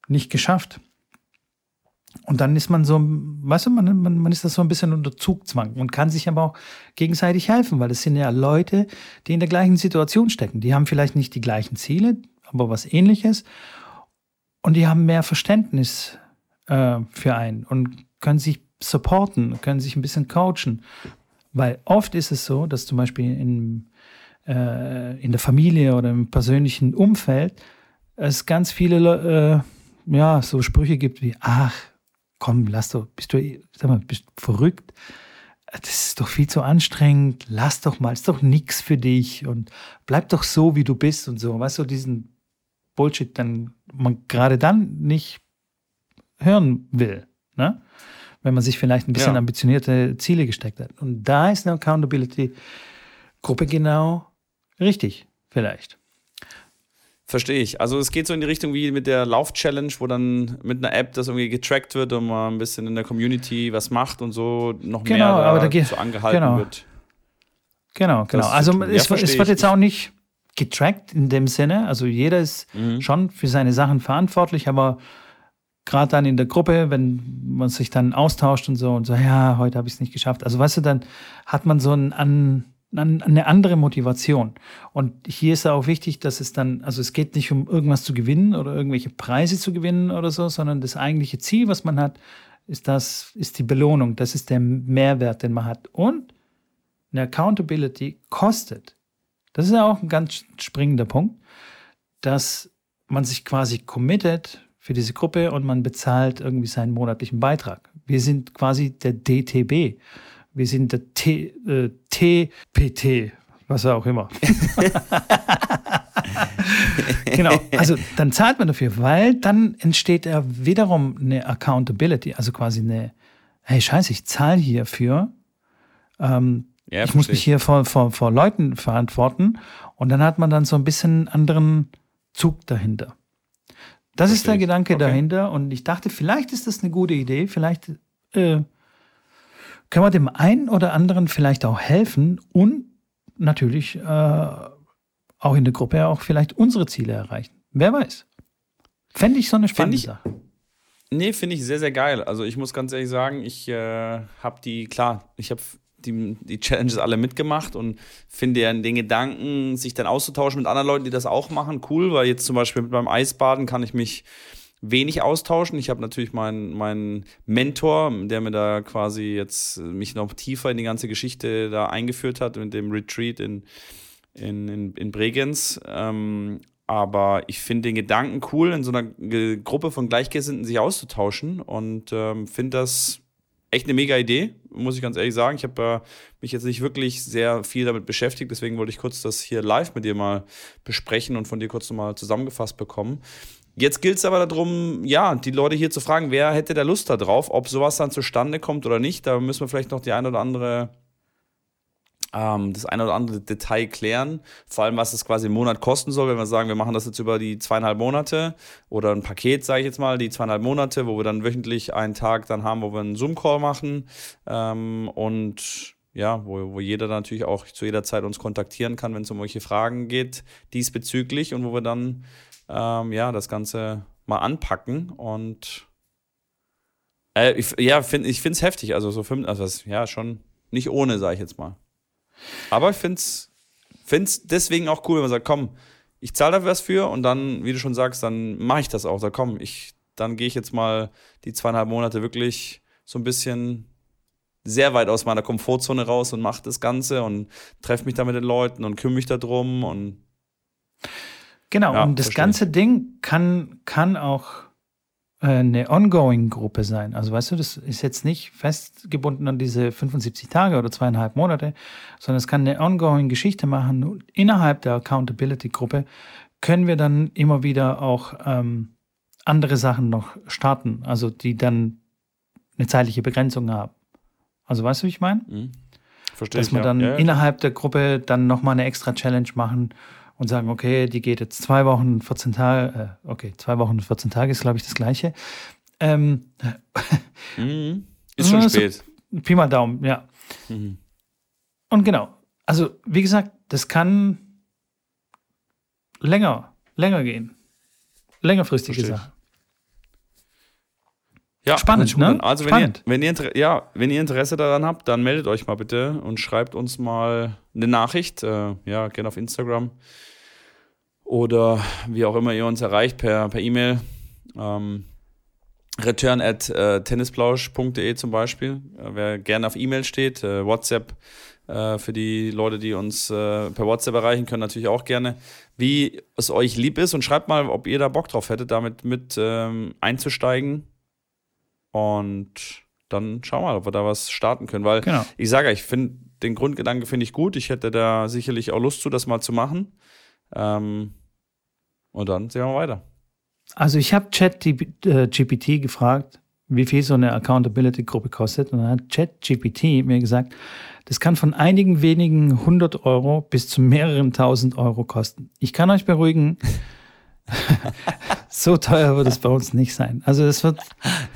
Speaker 1: nicht geschafft. Und dann ist man so, weißt du, man ist das so ein bisschen unter Zugzwang und kann sich aber auch gegenseitig helfen, weil es sind ja Leute, die in der gleichen Situation stecken. Die haben vielleicht nicht die gleichen Ziele, aber was Ähnliches. Und die haben mehr Verständnis für einen und können sich supporten, können sich ein bisschen coachen. Weil oft ist es so, dass zum Beispiel in der Familie oder im persönlichen Umfeld es ganz viele so Sprüche gibt wie, ach, komm, bist du verrückt? Das ist doch viel zu anstrengend, lass doch mal, ist doch nix für dich und bleib doch so, wie du bist und so. Weißt du, diesen Bullshit dann man gerade dann nicht hören will, ne? Wenn man sich vielleicht ein bisschen ambitionierte Ziele gesteckt hat. Und da ist eine Accountability-Gruppe genau richtig, vielleicht.
Speaker 2: Verstehe ich. Also es geht so in die Richtung wie mit der Lauf-Challenge, wo dann mit einer App das irgendwie getrackt wird und man ein bisschen in der Community was macht und so noch mehr so angehalten wird.
Speaker 1: Genau. Also es wird jetzt auch nicht getrackt in dem Sinne. Also jeder ist schon für seine Sachen verantwortlich, aber gerade dann in der Gruppe, wenn man sich dann austauscht und so, ja, heute habe ich es nicht geschafft. Also weißt du, dann hat man so eine andere Motivation. Und hier ist ja auch wichtig, dass es dann, also es geht nicht um irgendwas zu gewinnen oder irgendwelche Preise zu gewinnen oder so, sondern das eigentliche Ziel, was man hat, ist die Belohnung. Das ist der Mehrwert, den man hat. Und eine Accountability kostet. Das ist ja auch ein ganz springender Punkt, dass man sich quasi committet für diese Gruppe und man bezahlt irgendwie seinen monatlichen Beitrag. Wir sind quasi der DTB. Wir sind der TPT, was auch immer. Genau, also dann zahlt man dafür, weil dann entsteht ja wiederum eine Accountability, also quasi hey Scheiße, ich zahle hierfür. Ich muss mich hier vor Leuten verantworten und dann hat man dann so ein bisschen einen anderen Zug dahinter. Das ist der Gedanke dahinter und ich dachte, vielleicht ist das eine gute Idee, vielleicht können wir dem einen oder anderen vielleicht auch helfen und natürlich auch in der Gruppe auch vielleicht unsere Ziele erreichen. Wer weiß. Fände ich so eine spannende Sache.
Speaker 2: Nee, finde ich sehr, sehr geil. Also ich muss ganz ehrlich sagen, ich habe die Challenges alle mitgemacht und finde ja den Gedanken, sich dann auszutauschen mit anderen Leuten, die das auch machen, cool, weil jetzt zum Beispiel beim Eisbaden kann ich mich wenig austauschen. Ich habe natürlich meinen Mentor, der mir da quasi jetzt mich noch tiefer in die ganze Geschichte da eingeführt hat mit dem Retreat in Bregenz. Aber ich finde den Gedanken cool, in so einer Gruppe von Gleichgesinnten sich auszutauschen und finde das echt eine mega Idee, muss ich ganz ehrlich sagen. Ich habe mich jetzt nicht wirklich sehr viel damit beschäftigt, deswegen wollte ich kurz das hier live mit dir mal besprechen und von dir kurz nochmal zusammengefasst bekommen. Jetzt gilt es aber darum, ja, die Leute hier zu fragen, wer hätte da Lust da drauf, ob sowas dann zustande kommt oder nicht. Da müssen wir vielleicht noch das ein oder andere Detail klären. Vor allem, was es quasi im Monat kosten soll, wenn wir sagen, wir machen das jetzt über die 2,5 Monate oder ein Paket, sage ich jetzt mal, die 2,5 Monate, wo wir dann wöchentlich einen Tag dann haben, wo wir einen Zoom-Call machen und ja, wo jeder dann natürlich auch zu jeder Zeit uns kontaktieren kann, wenn es um welche Fragen geht diesbezüglich und wo wir dann das Ganze mal anpacken und ich finde es heftig, also so schon nicht ohne, sage ich jetzt mal. Aber ich find's deswegen auch cool, wenn man sagt, komm, ich zahle dafür was für und dann, wie du schon sagst, dann mache ich das auch. Sag, komm, dann gehe ich jetzt mal die 2,5 Monate wirklich so ein bisschen sehr weit aus meiner Komfortzone raus und mache das Ganze und treffe mich da mit den Leuten und kümmere mich da drum und
Speaker 1: genau, und das ganze Ding kann auch eine Ongoing-Gruppe sein. Also weißt du, das ist jetzt nicht festgebunden an diese 75 Tage oder 2,5 Monate, sondern es kann eine Ongoing-Geschichte machen. Und innerhalb der Accountability-Gruppe können wir dann immer wieder auch andere Sachen noch starten, also die dann eine zeitliche Begrenzung haben. Also weißt du, wie ich meine?
Speaker 2: Verstehe.
Speaker 1: Dass wir dann innerhalb der Gruppe dann nochmal eine extra Challenge machen und sagen, okay, die geht jetzt 2 Wochen, 14 Tage, 2 Wochen, 14 Tage ist, glaube ich, das Gleiche.
Speaker 2: Ist schon spät.
Speaker 1: Pi mal Daumen, ja. Und genau, also wie gesagt, das kann länger gehen. Längerfristige Sache.
Speaker 2: Ja,
Speaker 1: spannend, ne?
Speaker 2: Also
Speaker 1: spannend.
Speaker 2: wenn ihr Interesse daran habt, dann meldet euch mal bitte und schreibt uns mal eine Nachricht. Gerne auf Instagram oder wie auch immer ihr uns erreicht, per E-Mail. return@tennisplausch.de zum Beispiel. Wer gerne auf E-Mail steht, WhatsApp für die Leute, die uns per WhatsApp erreichen können, natürlich auch gerne, wie es euch lieb ist, und schreibt mal, ob ihr da Bock drauf hättet, damit mit einzusteigen, und dann schauen wir mal, ob wir da was starten können, weil ich sage, ich finde den Grundgedanke finde ich gut, ich hätte da sicherlich auch Lust zu, das mal zu machen, und dann sehen wir weiter.
Speaker 1: Also ich habe ChatGPT gefragt, wie viel so eine Accountability-Gruppe kostet. Und dann hat ChatGPT mir gesagt, das kann von einigen wenigen 100 Euro bis zu mehreren 1000 Euro kosten. Ich kann euch beruhigen, so teuer wird es bei uns nicht sein. Also es wird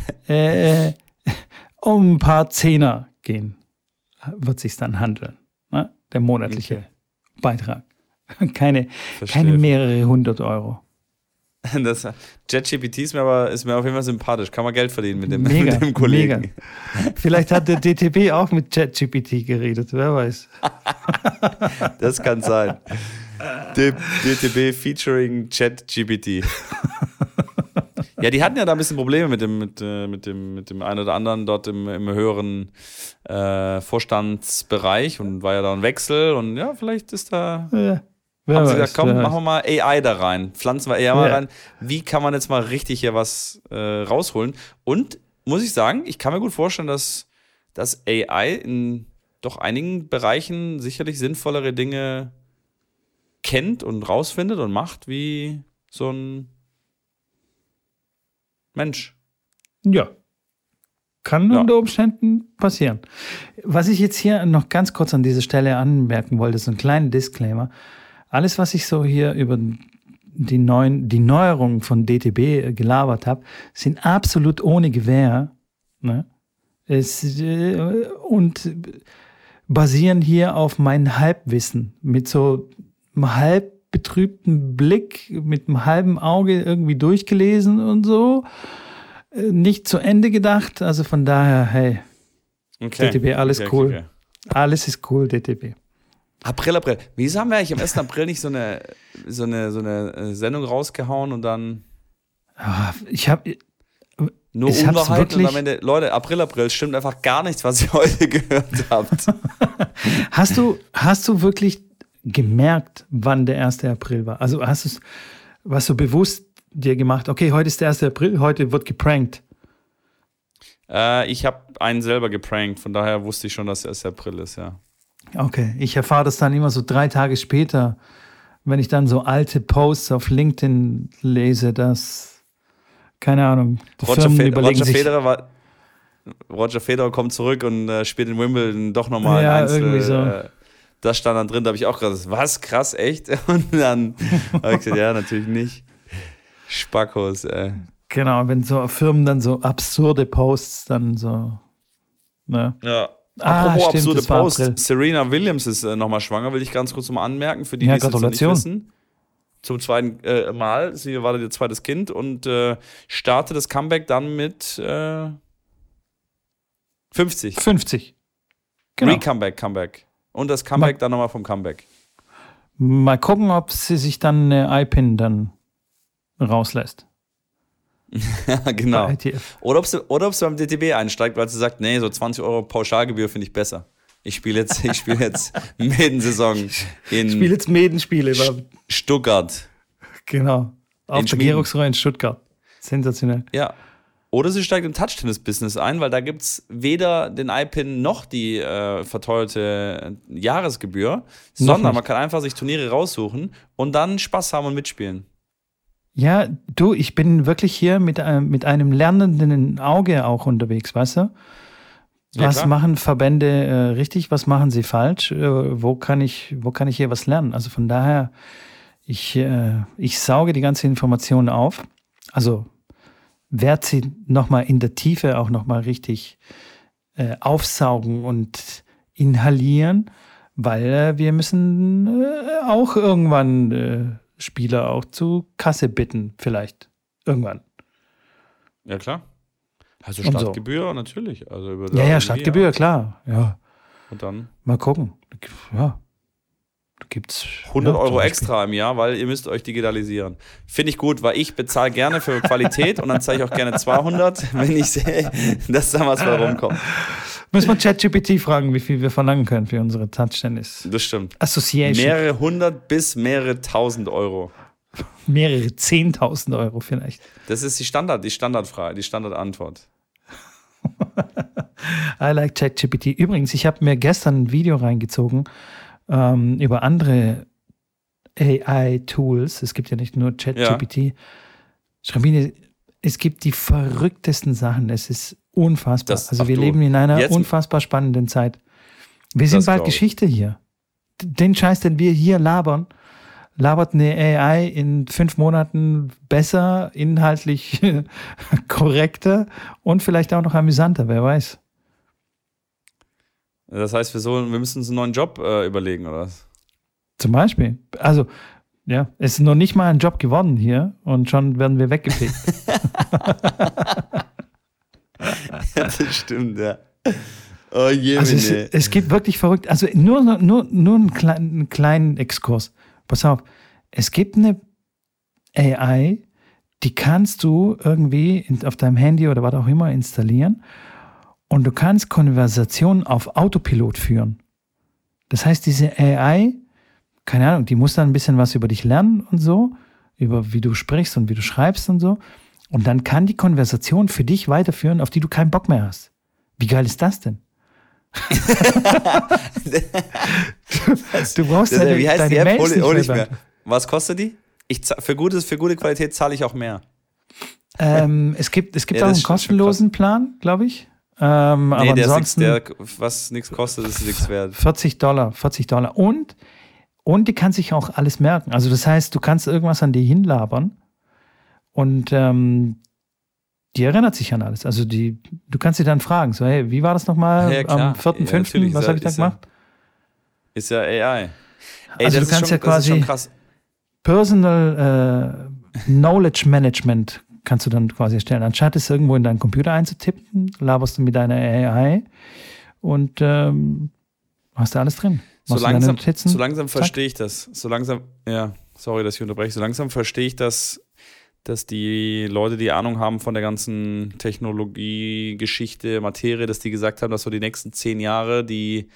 Speaker 1: um ein paar Zehner gehen, wird es sich dann handeln. Ne? Der monatliche Beitrag. Keine mehrere 100 Euro.
Speaker 2: Das ChatGPT ist mir auf jeden Fall sympathisch. Kann man Geld verdienen mit dem Kollegen.
Speaker 1: Mega. Vielleicht hat der DTB auch mit ChatGPT geredet, wer weiß.
Speaker 2: Das kann sein. DTB featuring ChatGPT. Ja, die hatten ja da ein bisschen Probleme mit dem einen oder anderen dort im höheren Vorstandsbereich, und war ja da ein Wechsel, und ja, vielleicht ist da... Ja. Haben sie gesagt, komm, machen wir mal AI da rein. Pflanzen wir AI mal rein. Wie kann man jetzt mal richtig hier was rausholen? Und muss ich sagen, ich kann mir gut vorstellen, dass AI in doch einigen Bereichen sicherlich sinnvollere Dinge kennt und rausfindet und macht, wie so ein Mensch.
Speaker 1: Ja. Kann unter Umständen passieren. Was ich jetzt hier noch ganz kurz an dieser Stelle anmerken wollte, ist ein kleiner Disclaimer. Alles, was ich so hier über die Neuerungen von DTB gelabert habe, sind absolut ohne Gewähr, ne? Und basieren hier auf meinem Halbwissen, mit so einem halb betrübten Blick, mit einem halben Auge irgendwie durchgelesen und so. Nicht zu Ende gedacht, also von daher, hey, DTB, alles cool. Okay. Alles ist cool, DTB.
Speaker 2: April. Wieso haben wir eigentlich am 1. April nicht so eine Sendung rausgehauen und dann nur Unwahrheit und am Ende, Leute, April, stimmt einfach gar nichts, was ihr heute gehört habt.
Speaker 1: Hast du wirklich gemerkt, wann der 1. April war? Also warst du bewusst dir gemacht, okay, heute ist der 1. April, heute wird geprankt?
Speaker 2: Ich habe einen selber geprankt, von daher wusste ich schon, dass der 1. April ist, ja.
Speaker 1: Okay, ich erfahre das dann immer so 3 Tage später, wenn ich dann so alte Posts auf LinkedIn lese, dass, keine Ahnung,
Speaker 2: Roger Federer kommt zurück und spielt in Wimbledon doch nochmal ein Einzel. Irgendwie so. Das stand dann drin, da habe ich auch gerade, was, krass, echt? Und dann habe ich gesagt, ja, natürlich nicht. Spackos, ey.
Speaker 1: Genau, wenn so Firmen dann so absurde Posts dann so, ne?
Speaker 2: Ja. Apropos absurde Post, Serena Williams ist nochmal schwanger, will ich ganz kurz mal anmerken, für die, die es jetzt nicht wissen. Zum zweiten Mal, sie war ihr zweites Kind und startet das Comeback dann mit 50.
Speaker 1: 50. Genau.
Speaker 2: Comeback. Und das Comeback dann nochmal vom Comeback.
Speaker 1: Mal gucken, ob sie sich dann eine iPin dann rauslässt.
Speaker 2: Ja, genau. Oder ob sie beim DTB einsteigt, weil sie sagt, nee, so 20 Euro Pauschalgebühr finde ich besser. Ich spiele jetzt Medensaison in
Speaker 1: spiele jetzt Medenspiele.
Speaker 2: Stuttgart.
Speaker 1: Genau. Auf der Georgsruhe in Stuttgart. Sensationell.
Speaker 2: Ja. Oder sie steigt im Touch-Tennis-Business ein, weil da gibt es weder den iPin noch die verteuerte Jahresgebühr, sondern man kann einfach sich Turniere raussuchen und dann Spaß haben und mitspielen.
Speaker 1: Ja, du, ich bin wirklich hier mit einem lernenden Auge auch unterwegs, weißt du? Was machen Verbände richtig, was machen sie falsch? Wo kann ich hier was lernen? Also von daher, ich sauge die ganze Information auf. Also werde sie nochmal in der Tiefe auch nochmal richtig aufsaugen und inhalieren, weil wir müssen auch irgendwann Spieler auch zu Kasse bitten, vielleicht. Irgendwann.
Speaker 2: Ja, klar. Also
Speaker 1: Und so.
Speaker 2: Stadtgebühr natürlich. Also über
Speaker 1: Ja, Stadtgebühr, klar. Ja,
Speaker 2: Und dann
Speaker 1: mal gucken. Ja, da gibt's
Speaker 2: 100
Speaker 1: ja,
Speaker 2: Euro extra im Jahr, weil ihr müsst euch digitalisieren. Finde ich gut, weil ich bezahle gerne für Qualität und dann zahle ich auch gerne 200, wenn ich sehe, dass da was bei rumkommt.
Speaker 1: Müssen wir ChatGPT fragen, wie viel wir verlangen können für unsere Touchtennis
Speaker 2: Das stimmt.
Speaker 1: Association.
Speaker 2: Mehrere hundert bis mehrere tausend Euro.
Speaker 1: Mehrere 10.000 Euro vielleicht.
Speaker 2: Das ist die Standardfrage, die Standardantwort.
Speaker 1: I like ChatGPT. Übrigens, ich habe mir gestern ein Video reingezogen über andere AI-Tools. Es gibt ja nicht nur ChatGPT. Schrambini, es gibt die verrücktesten Sachen. Es ist unfassbar. Wir leben in einer unfassbar spannenden Zeit. Wir sind bald Geschichte hier. Den Scheiß, den wir hier labert eine AI in 5 Monaten besser, inhaltlich korrekter und vielleicht auch noch amüsanter, wer weiß.
Speaker 2: Das heißt, wir müssen uns einen neuen Job überlegen, oder was?
Speaker 1: Zum Beispiel. Also, ja, es ist noch nicht mal ein Job geworden hier und schon werden wir weggefegt.
Speaker 2: Das stimmt, ja. Oh je,
Speaker 1: also es gibt wirklich verrückt. Also nur einen kleinen Exkurs. Pass auf, es gibt eine AI, die kannst du irgendwie auf deinem Handy oder was auch immer installieren und du kannst Konversationen auf Autopilot führen. Das heißt, diese AI, keine Ahnung, die muss dann ein bisschen was über dich lernen und so, über wie du sprichst und wie du schreibst und so. Und dann kann die Konversation für dich weiterführen, auf die du keinen Bock mehr hast. Wie geil ist das denn? Du brauchst
Speaker 2: wie heißt
Speaker 1: deine
Speaker 2: die App?
Speaker 1: Mails nicht mehr.
Speaker 2: Was kostet die? Für gute Qualität zahle ich auch mehr.
Speaker 1: Es gibt auch einen kostenlosen Plan, glaube ich. Aber ansonsten
Speaker 2: was nichts kostet, ist nichts wert.
Speaker 1: $40. Und die kann sich auch alles merken. Also das heißt, du kannst irgendwas an dir hinlabern und die erinnert sich an alles. Also du kannst sie dann fragen, so hey, wie war das nochmal am 4.5.? Was habe ich da gemacht?
Speaker 2: Ist ja AI.
Speaker 1: Also du kannst ja quasi Personal Knowledge Management kannst du dann quasi erstellen. Anstatt es irgendwo in deinen Computer einzutippen, laberst du mit deiner AI und hast da alles drin.
Speaker 2: So langsam verstehe ich das. Sorry, dass ich unterbreche. So langsam verstehe ich das, dass die Leute, die Ahnung haben von der ganzen Technologie-Geschichte, Materie, dass die gesagt haben, dass so die nächsten 10 Jahre die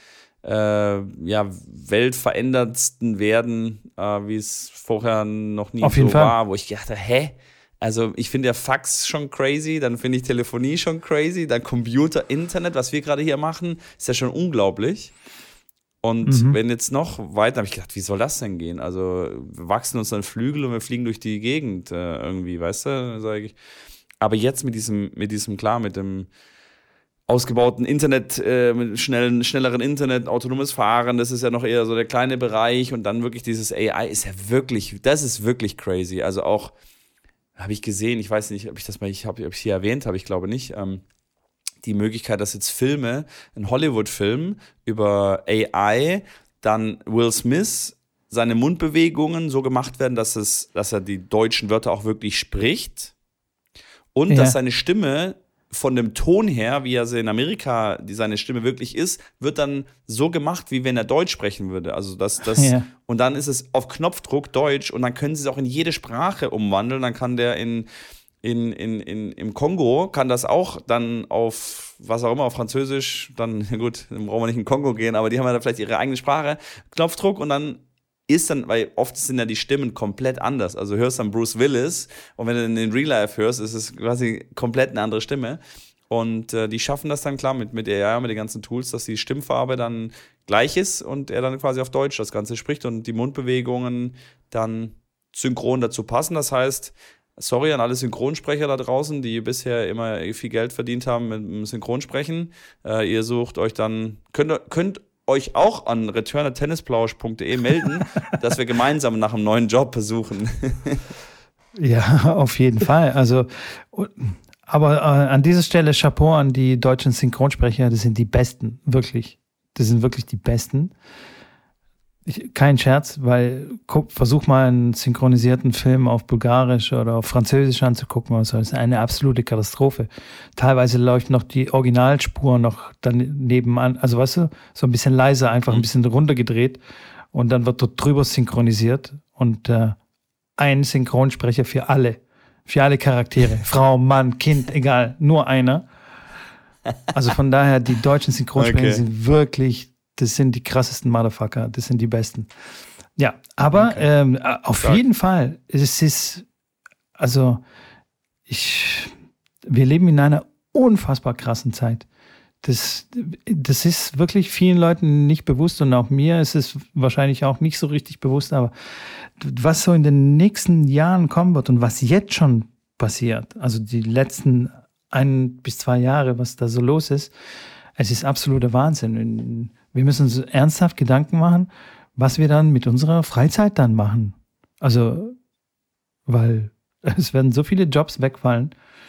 Speaker 2: weltveränderndsten werden, wie es vorher noch nie so war, wo ich dachte, also ich finde ja Fax schon crazy, dann finde ich Telefonie schon crazy, dann Computer, Internet, was wir gerade hier machen, ist ja schon unglaublich. Und wenn jetzt noch weiter, habe ich gedacht, wie soll das denn gehen? Also wir wachsen uns dann Flügel und wir fliegen durch die Gegend irgendwie, weißt du, sage ich. Aber jetzt mit dem ausgebauten Internet, mit schnelleren Internet, autonomes Fahren, das ist ja noch eher so der kleine Bereich und dann wirklich dieses AI ist ja wirklich, das ist wirklich crazy. Also auch, habe ich gesehen, ich weiß nicht, ob ich hier erwähnt habe, ich glaube nicht, die Möglichkeit, dass jetzt Filme, ein Hollywood-Film über AI, dann Will Smith, seine Mundbewegungen so gemacht werden, dass er die deutschen Wörter auch wirklich spricht und dass seine Stimme von dem Ton her, wie er sie in Amerika, seine Stimme wirklich ist, wird dann so gemacht, wie wenn er Deutsch sprechen würde. Also und dann ist es auf Knopfdruck Deutsch und dann können sie es auch in jede Sprache umwandeln. Dann kann der im Kongo kann das auch dann auf, was auch immer, auf Französisch, dann gut, dann brauchen wir nicht in den Kongo gehen, aber die haben ja da vielleicht ihre eigene Sprache, Knopfdruck und dann weil oft sind ja die Stimmen komplett anders. Also hörst dann Bruce Willis und wenn du den Real Life hörst, ist es quasi komplett eine andere Stimme. Und die schaffen das dann klar mit AI, mit den ganzen Tools, dass die Stimmfarbe dann gleich ist und er dann quasi auf Deutsch das Ganze spricht und die Mundbewegungen dann synchron dazu passen. Das heißt, sorry an alle Synchronsprecher da draußen, die bisher immer viel Geld verdient haben mit dem Synchronsprechen. Ihr sucht euch dann, könnt euch auch an return@tennisplausch.de melden, dass wir gemeinsam nach einem neuen Job suchen.
Speaker 1: Ja, auf jeden Fall. Also, aber an dieser Stelle Chapeau an die deutschen Synchronsprecher, das sind die Besten, wirklich. Das sind wirklich die Besten. kein Scherz, weil versuch mal einen synchronisierten Film auf Bulgarisch oder auf Französisch anzugucken oder so. Das ist eine absolute Katastrophe. Teilweise läuft noch die Originalspur noch daneben an, also weißt du, so ein bisschen leiser, einfach ein bisschen runtergedreht und dann wird dort drüber synchronisiert und ein Synchronsprecher für alle Charaktere, Frau, Mann, Kind, egal, nur einer. Also von daher, die deutschen Synchronsprecher sind wirklich, das sind die krassesten Motherfucker, das sind die besten. Ja, aber auf jeden Fall, wir leben in einer unfassbar krassen Zeit. Das ist wirklich vielen Leuten nicht bewusst und auch mir ist es wahrscheinlich auch nicht so richtig bewusst, aber was so in den nächsten Jahren kommen wird und was jetzt schon passiert, also die letzten 1 bis 2 Jahre, was da so los ist, es ist absoluter Wahnsinn. Wir müssen uns ernsthaft Gedanken machen, was wir dann mit unserer Freizeit dann machen. Also, weil es werden so viele Jobs wegfallen.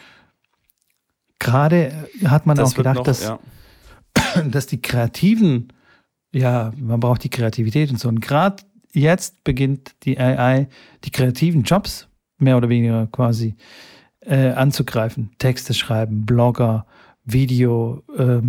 Speaker 1: Gerade hat man auch gedacht, dass die Kreativen, man braucht die Kreativität und so. Und gerade jetzt beginnt die AI, die kreativen Jobs mehr oder weniger quasi anzugreifen. Texte schreiben, Blogger, Video,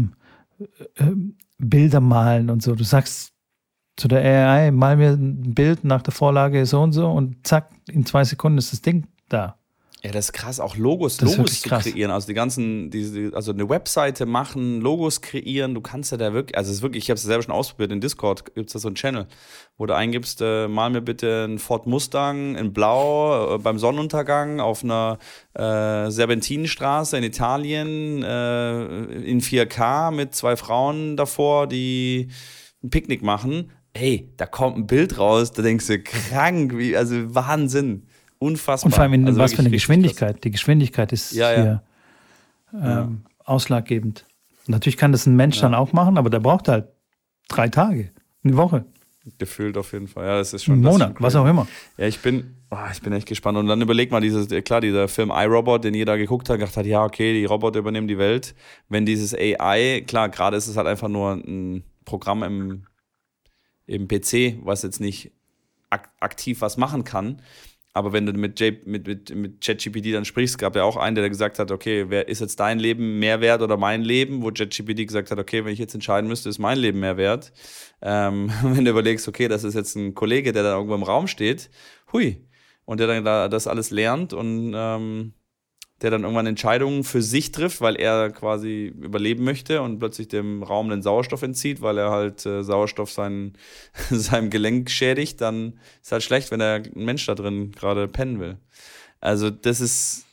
Speaker 1: Bilder malen und so. Du sagst zu der AI, mal mir ein Bild nach der Vorlage so und zack, in 2 Sekunden ist das Ding da.
Speaker 2: Ja, das ist krass, auch Logos zu kreieren, also also eine Webseite machen, Logos kreieren, du kannst ja da wirklich, also es ist wirklich, ich habe es selber schon ausprobiert, in Discord gibt es da so einen Channel, wo du eingibst, mal mir bitte einen Ford Mustang in Blau beim Sonnenuntergang auf einer Serpentinenstraße in Italien in 4K mit 2 Frauen davor, die ein Picknick machen. Hey, da kommt ein Bild raus, da denkst du, krank, also Wahnsinn. Unfassbar.
Speaker 1: Und vor allem in was für eine Geschwindigkeit. Die Geschwindigkeit ist hier ausschlaggebend. Natürlich kann das ein Mensch dann auch machen, aber der braucht halt 3 Tage, eine Woche.
Speaker 2: Gefühlt auf jeden Fall. Ja, das ist schon.
Speaker 1: Einen Monat, was auch immer.
Speaker 2: Ja, ich bin echt gespannt. Und dann überleg mal, dieser Film iRobot, den jeder geguckt hat, gedacht hat, ja, okay, die Roboter übernehmen die Welt. Wenn dieses AI, klar, gerade ist es halt einfach nur ein Programm im PC, was jetzt nicht aktiv was machen kann. Aber wenn du mit ChatGPT dann sprichst, gab ja auch einen, der gesagt hat, okay, ist jetzt dein Leben mehr wert oder mein Leben? Wo ChatGPT gesagt hat, okay, wenn ich jetzt entscheiden müsste, ist mein Leben mehr wert. Wenn du überlegst, okay, das ist jetzt ein Kollege, der da irgendwo im Raum steht, hui, und der dann da das alles lernt und der dann irgendwann Entscheidungen für sich trifft, weil er quasi überleben möchte und plötzlich dem Raum den Sauerstoff entzieht, weil er halt Sauerstoff seinem Gelenk schädigt, dann ist halt schlecht, wenn ein Mensch da drin gerade pennen will. Also das ist,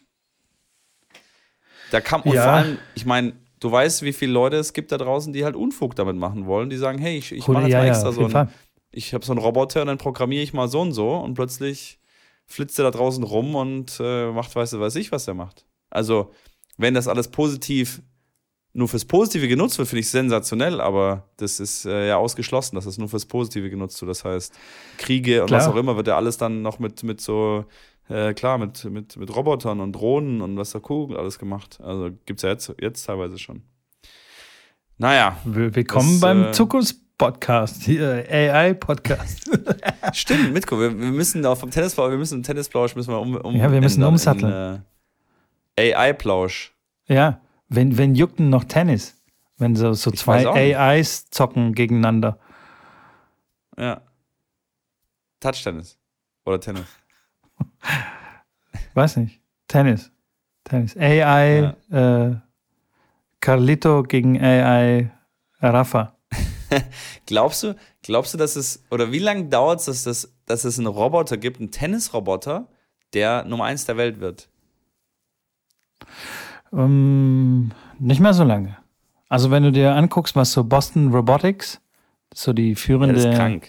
Speaker 2: und vor allem, ich meine, du weißt, wie viele Leute es gibt da draußen, die halt Unfug damit machen wollen, die sagen, hey, ich mache jetzt mal extra ich habe so einen Roboter und dann programmiere ich mal so und plötzlich flitzt er da draußen rum und macht weiß ich, was er macht. Also, wenn das alles nur fürs Positive genutzt wird, finde ich sensationell, aber das ist ja ausgeschlossen, dass es nur fürs Positive genutzt wird. Das heißt, Kriege und was auch immer wird ja alles dann noch mit so, mit Robotern und Drohnen und was da alles gemacht. Also gibt es ja jetzt teilweise schon. Naja.
Speaker 1: Willkommen beim Zukunftspodcast, AI-Podcast.
Speaker 2: Stimmt, Mitko, wir müssen auf dem Tennisplausch, müssen wir
Speaker 1: wir müssen umsatteln.
Speaker 2: AI-Plausch.
Speaker 1: Ja, wenn juckt denn noch Tennis? Wenn so 2 AIs zocken gegeneinander.
Speaker 2: Ja. Touch-Tennis. Oder Tennis.
Speaker 1: Weiß nicht. Tennis. AI, Carlito gegen AI Rafa.
Speaker 2: Glaubst du, dass es, oder wie lange dauert es, dass es einen Roboter gibt, einen Tennisroboter, der Nummer 1 der Welt wird?
Speaker 1: Nicht mehr so lange. Also wenn du dir anguckst, was so Boston Robotics, so die führende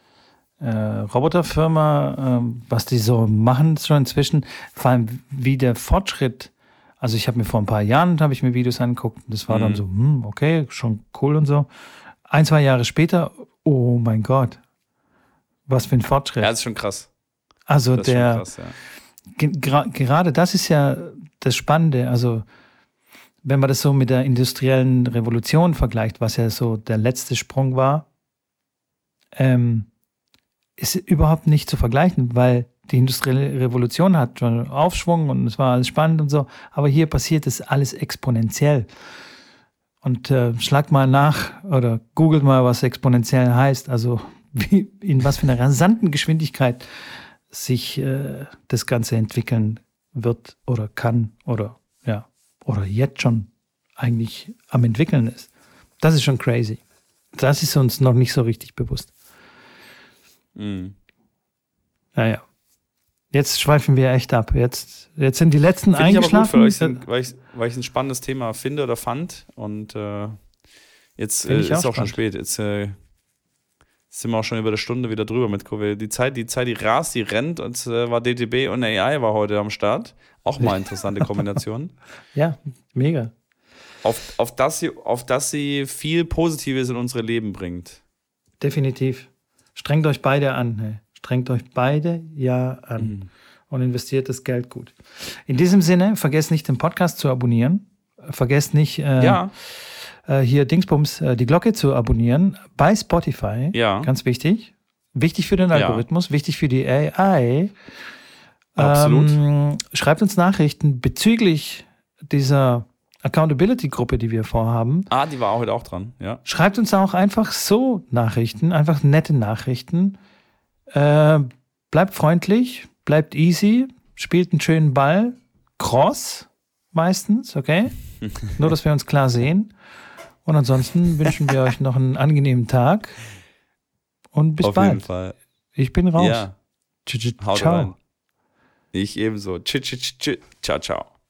Speaker 1: Roboterfirma, was die so machen schon inzwischen, vor allem wie der Fortschritt, also ich habe mir vor ein paar Jahren, Videos angeguckt, das war dann so, okay, schon cool und so. 1, 2 Jahre später, oh mein Gott, was für ein Fortschritt.
Speaker 2: Ja, das ist schon krass.
Speaker 1: Also gerade das ist ja das Spannende, also wenn man das so mit der industriellen Revolution vergleicht, was ja so der letzte Sprung war, ist überhaupt nicht zu vergleichen, weil die industrielle Revolution hat schon Aufschwung und es war alles spannend und so. Aber hier passiert es alles exponentiell. Und schlag mal nach oder googelt mal, was exponentiell heißt. Also in was für einer rasanten Geschwindigkeit sich das Ganze entwickeln wird oder kann oder jetzt schon eigentlich am entwickeln ist. Das ist schon crazy. Das ist uns noch nicht so richtig bewusst. Naja. Jetzt schweifen wir echt ab. Jetzt sind die letzten eingeschlafen.
Speaker 2: Ich aber gut, weil ich ein spannendes Thema finde oder fand. Und jetzt ist es auch schon spät. Jetzt sind wir auch schon über eine Stunde wieder drüber mit Covid. Die Zeit, die rast, die rennt. Und war DTB und AI war heute am Start. Auch mal interessante Kombination.
Speaker 1: Ja, mega.
Speaker 2: Auf das sie viel Positives in unsere Leben bringt.
Speaker 1: Definitiv. Strengt euch beide an. Hey. Strengt euch beide an und investiert das Geld gut. In diesem Sinne, vergesst nicht, den Podcast zu abonnieren. Vergesst nicht, hier Dingsbums, die Glocke zu abonnieren bei Spotify.
Speaker 2: Ja.
Speaker 1: Ganz wichtig. Wichtig für den Algorithmus, wichtig für die AI.
Speaker 2: Absolut.
Speaker 1: Schreibt uns Nachrichten bezüglich dieser Accountability-Gruppe, die wir vorhaben.
Speaker 2: Die war heute auch dran, ja.
Speaker 1: Schreibt uns auch einfach so Nachrichten, einfach nette Nachrichten. Bleibt freundlich, bleibt easy, spielt einen schönen Ball, cross meistens, okay? Nur, dass wir uns klar sehen. Und ansonsten wünschen wir euch noch einen angenehmen Tag und bis bald.
Speaker 2: Auf jeden Fall.
Speaker 1: Ich bin raus.
Speaker 2: Ja. Haut rein. Ich ebenso. Ciao, ciao.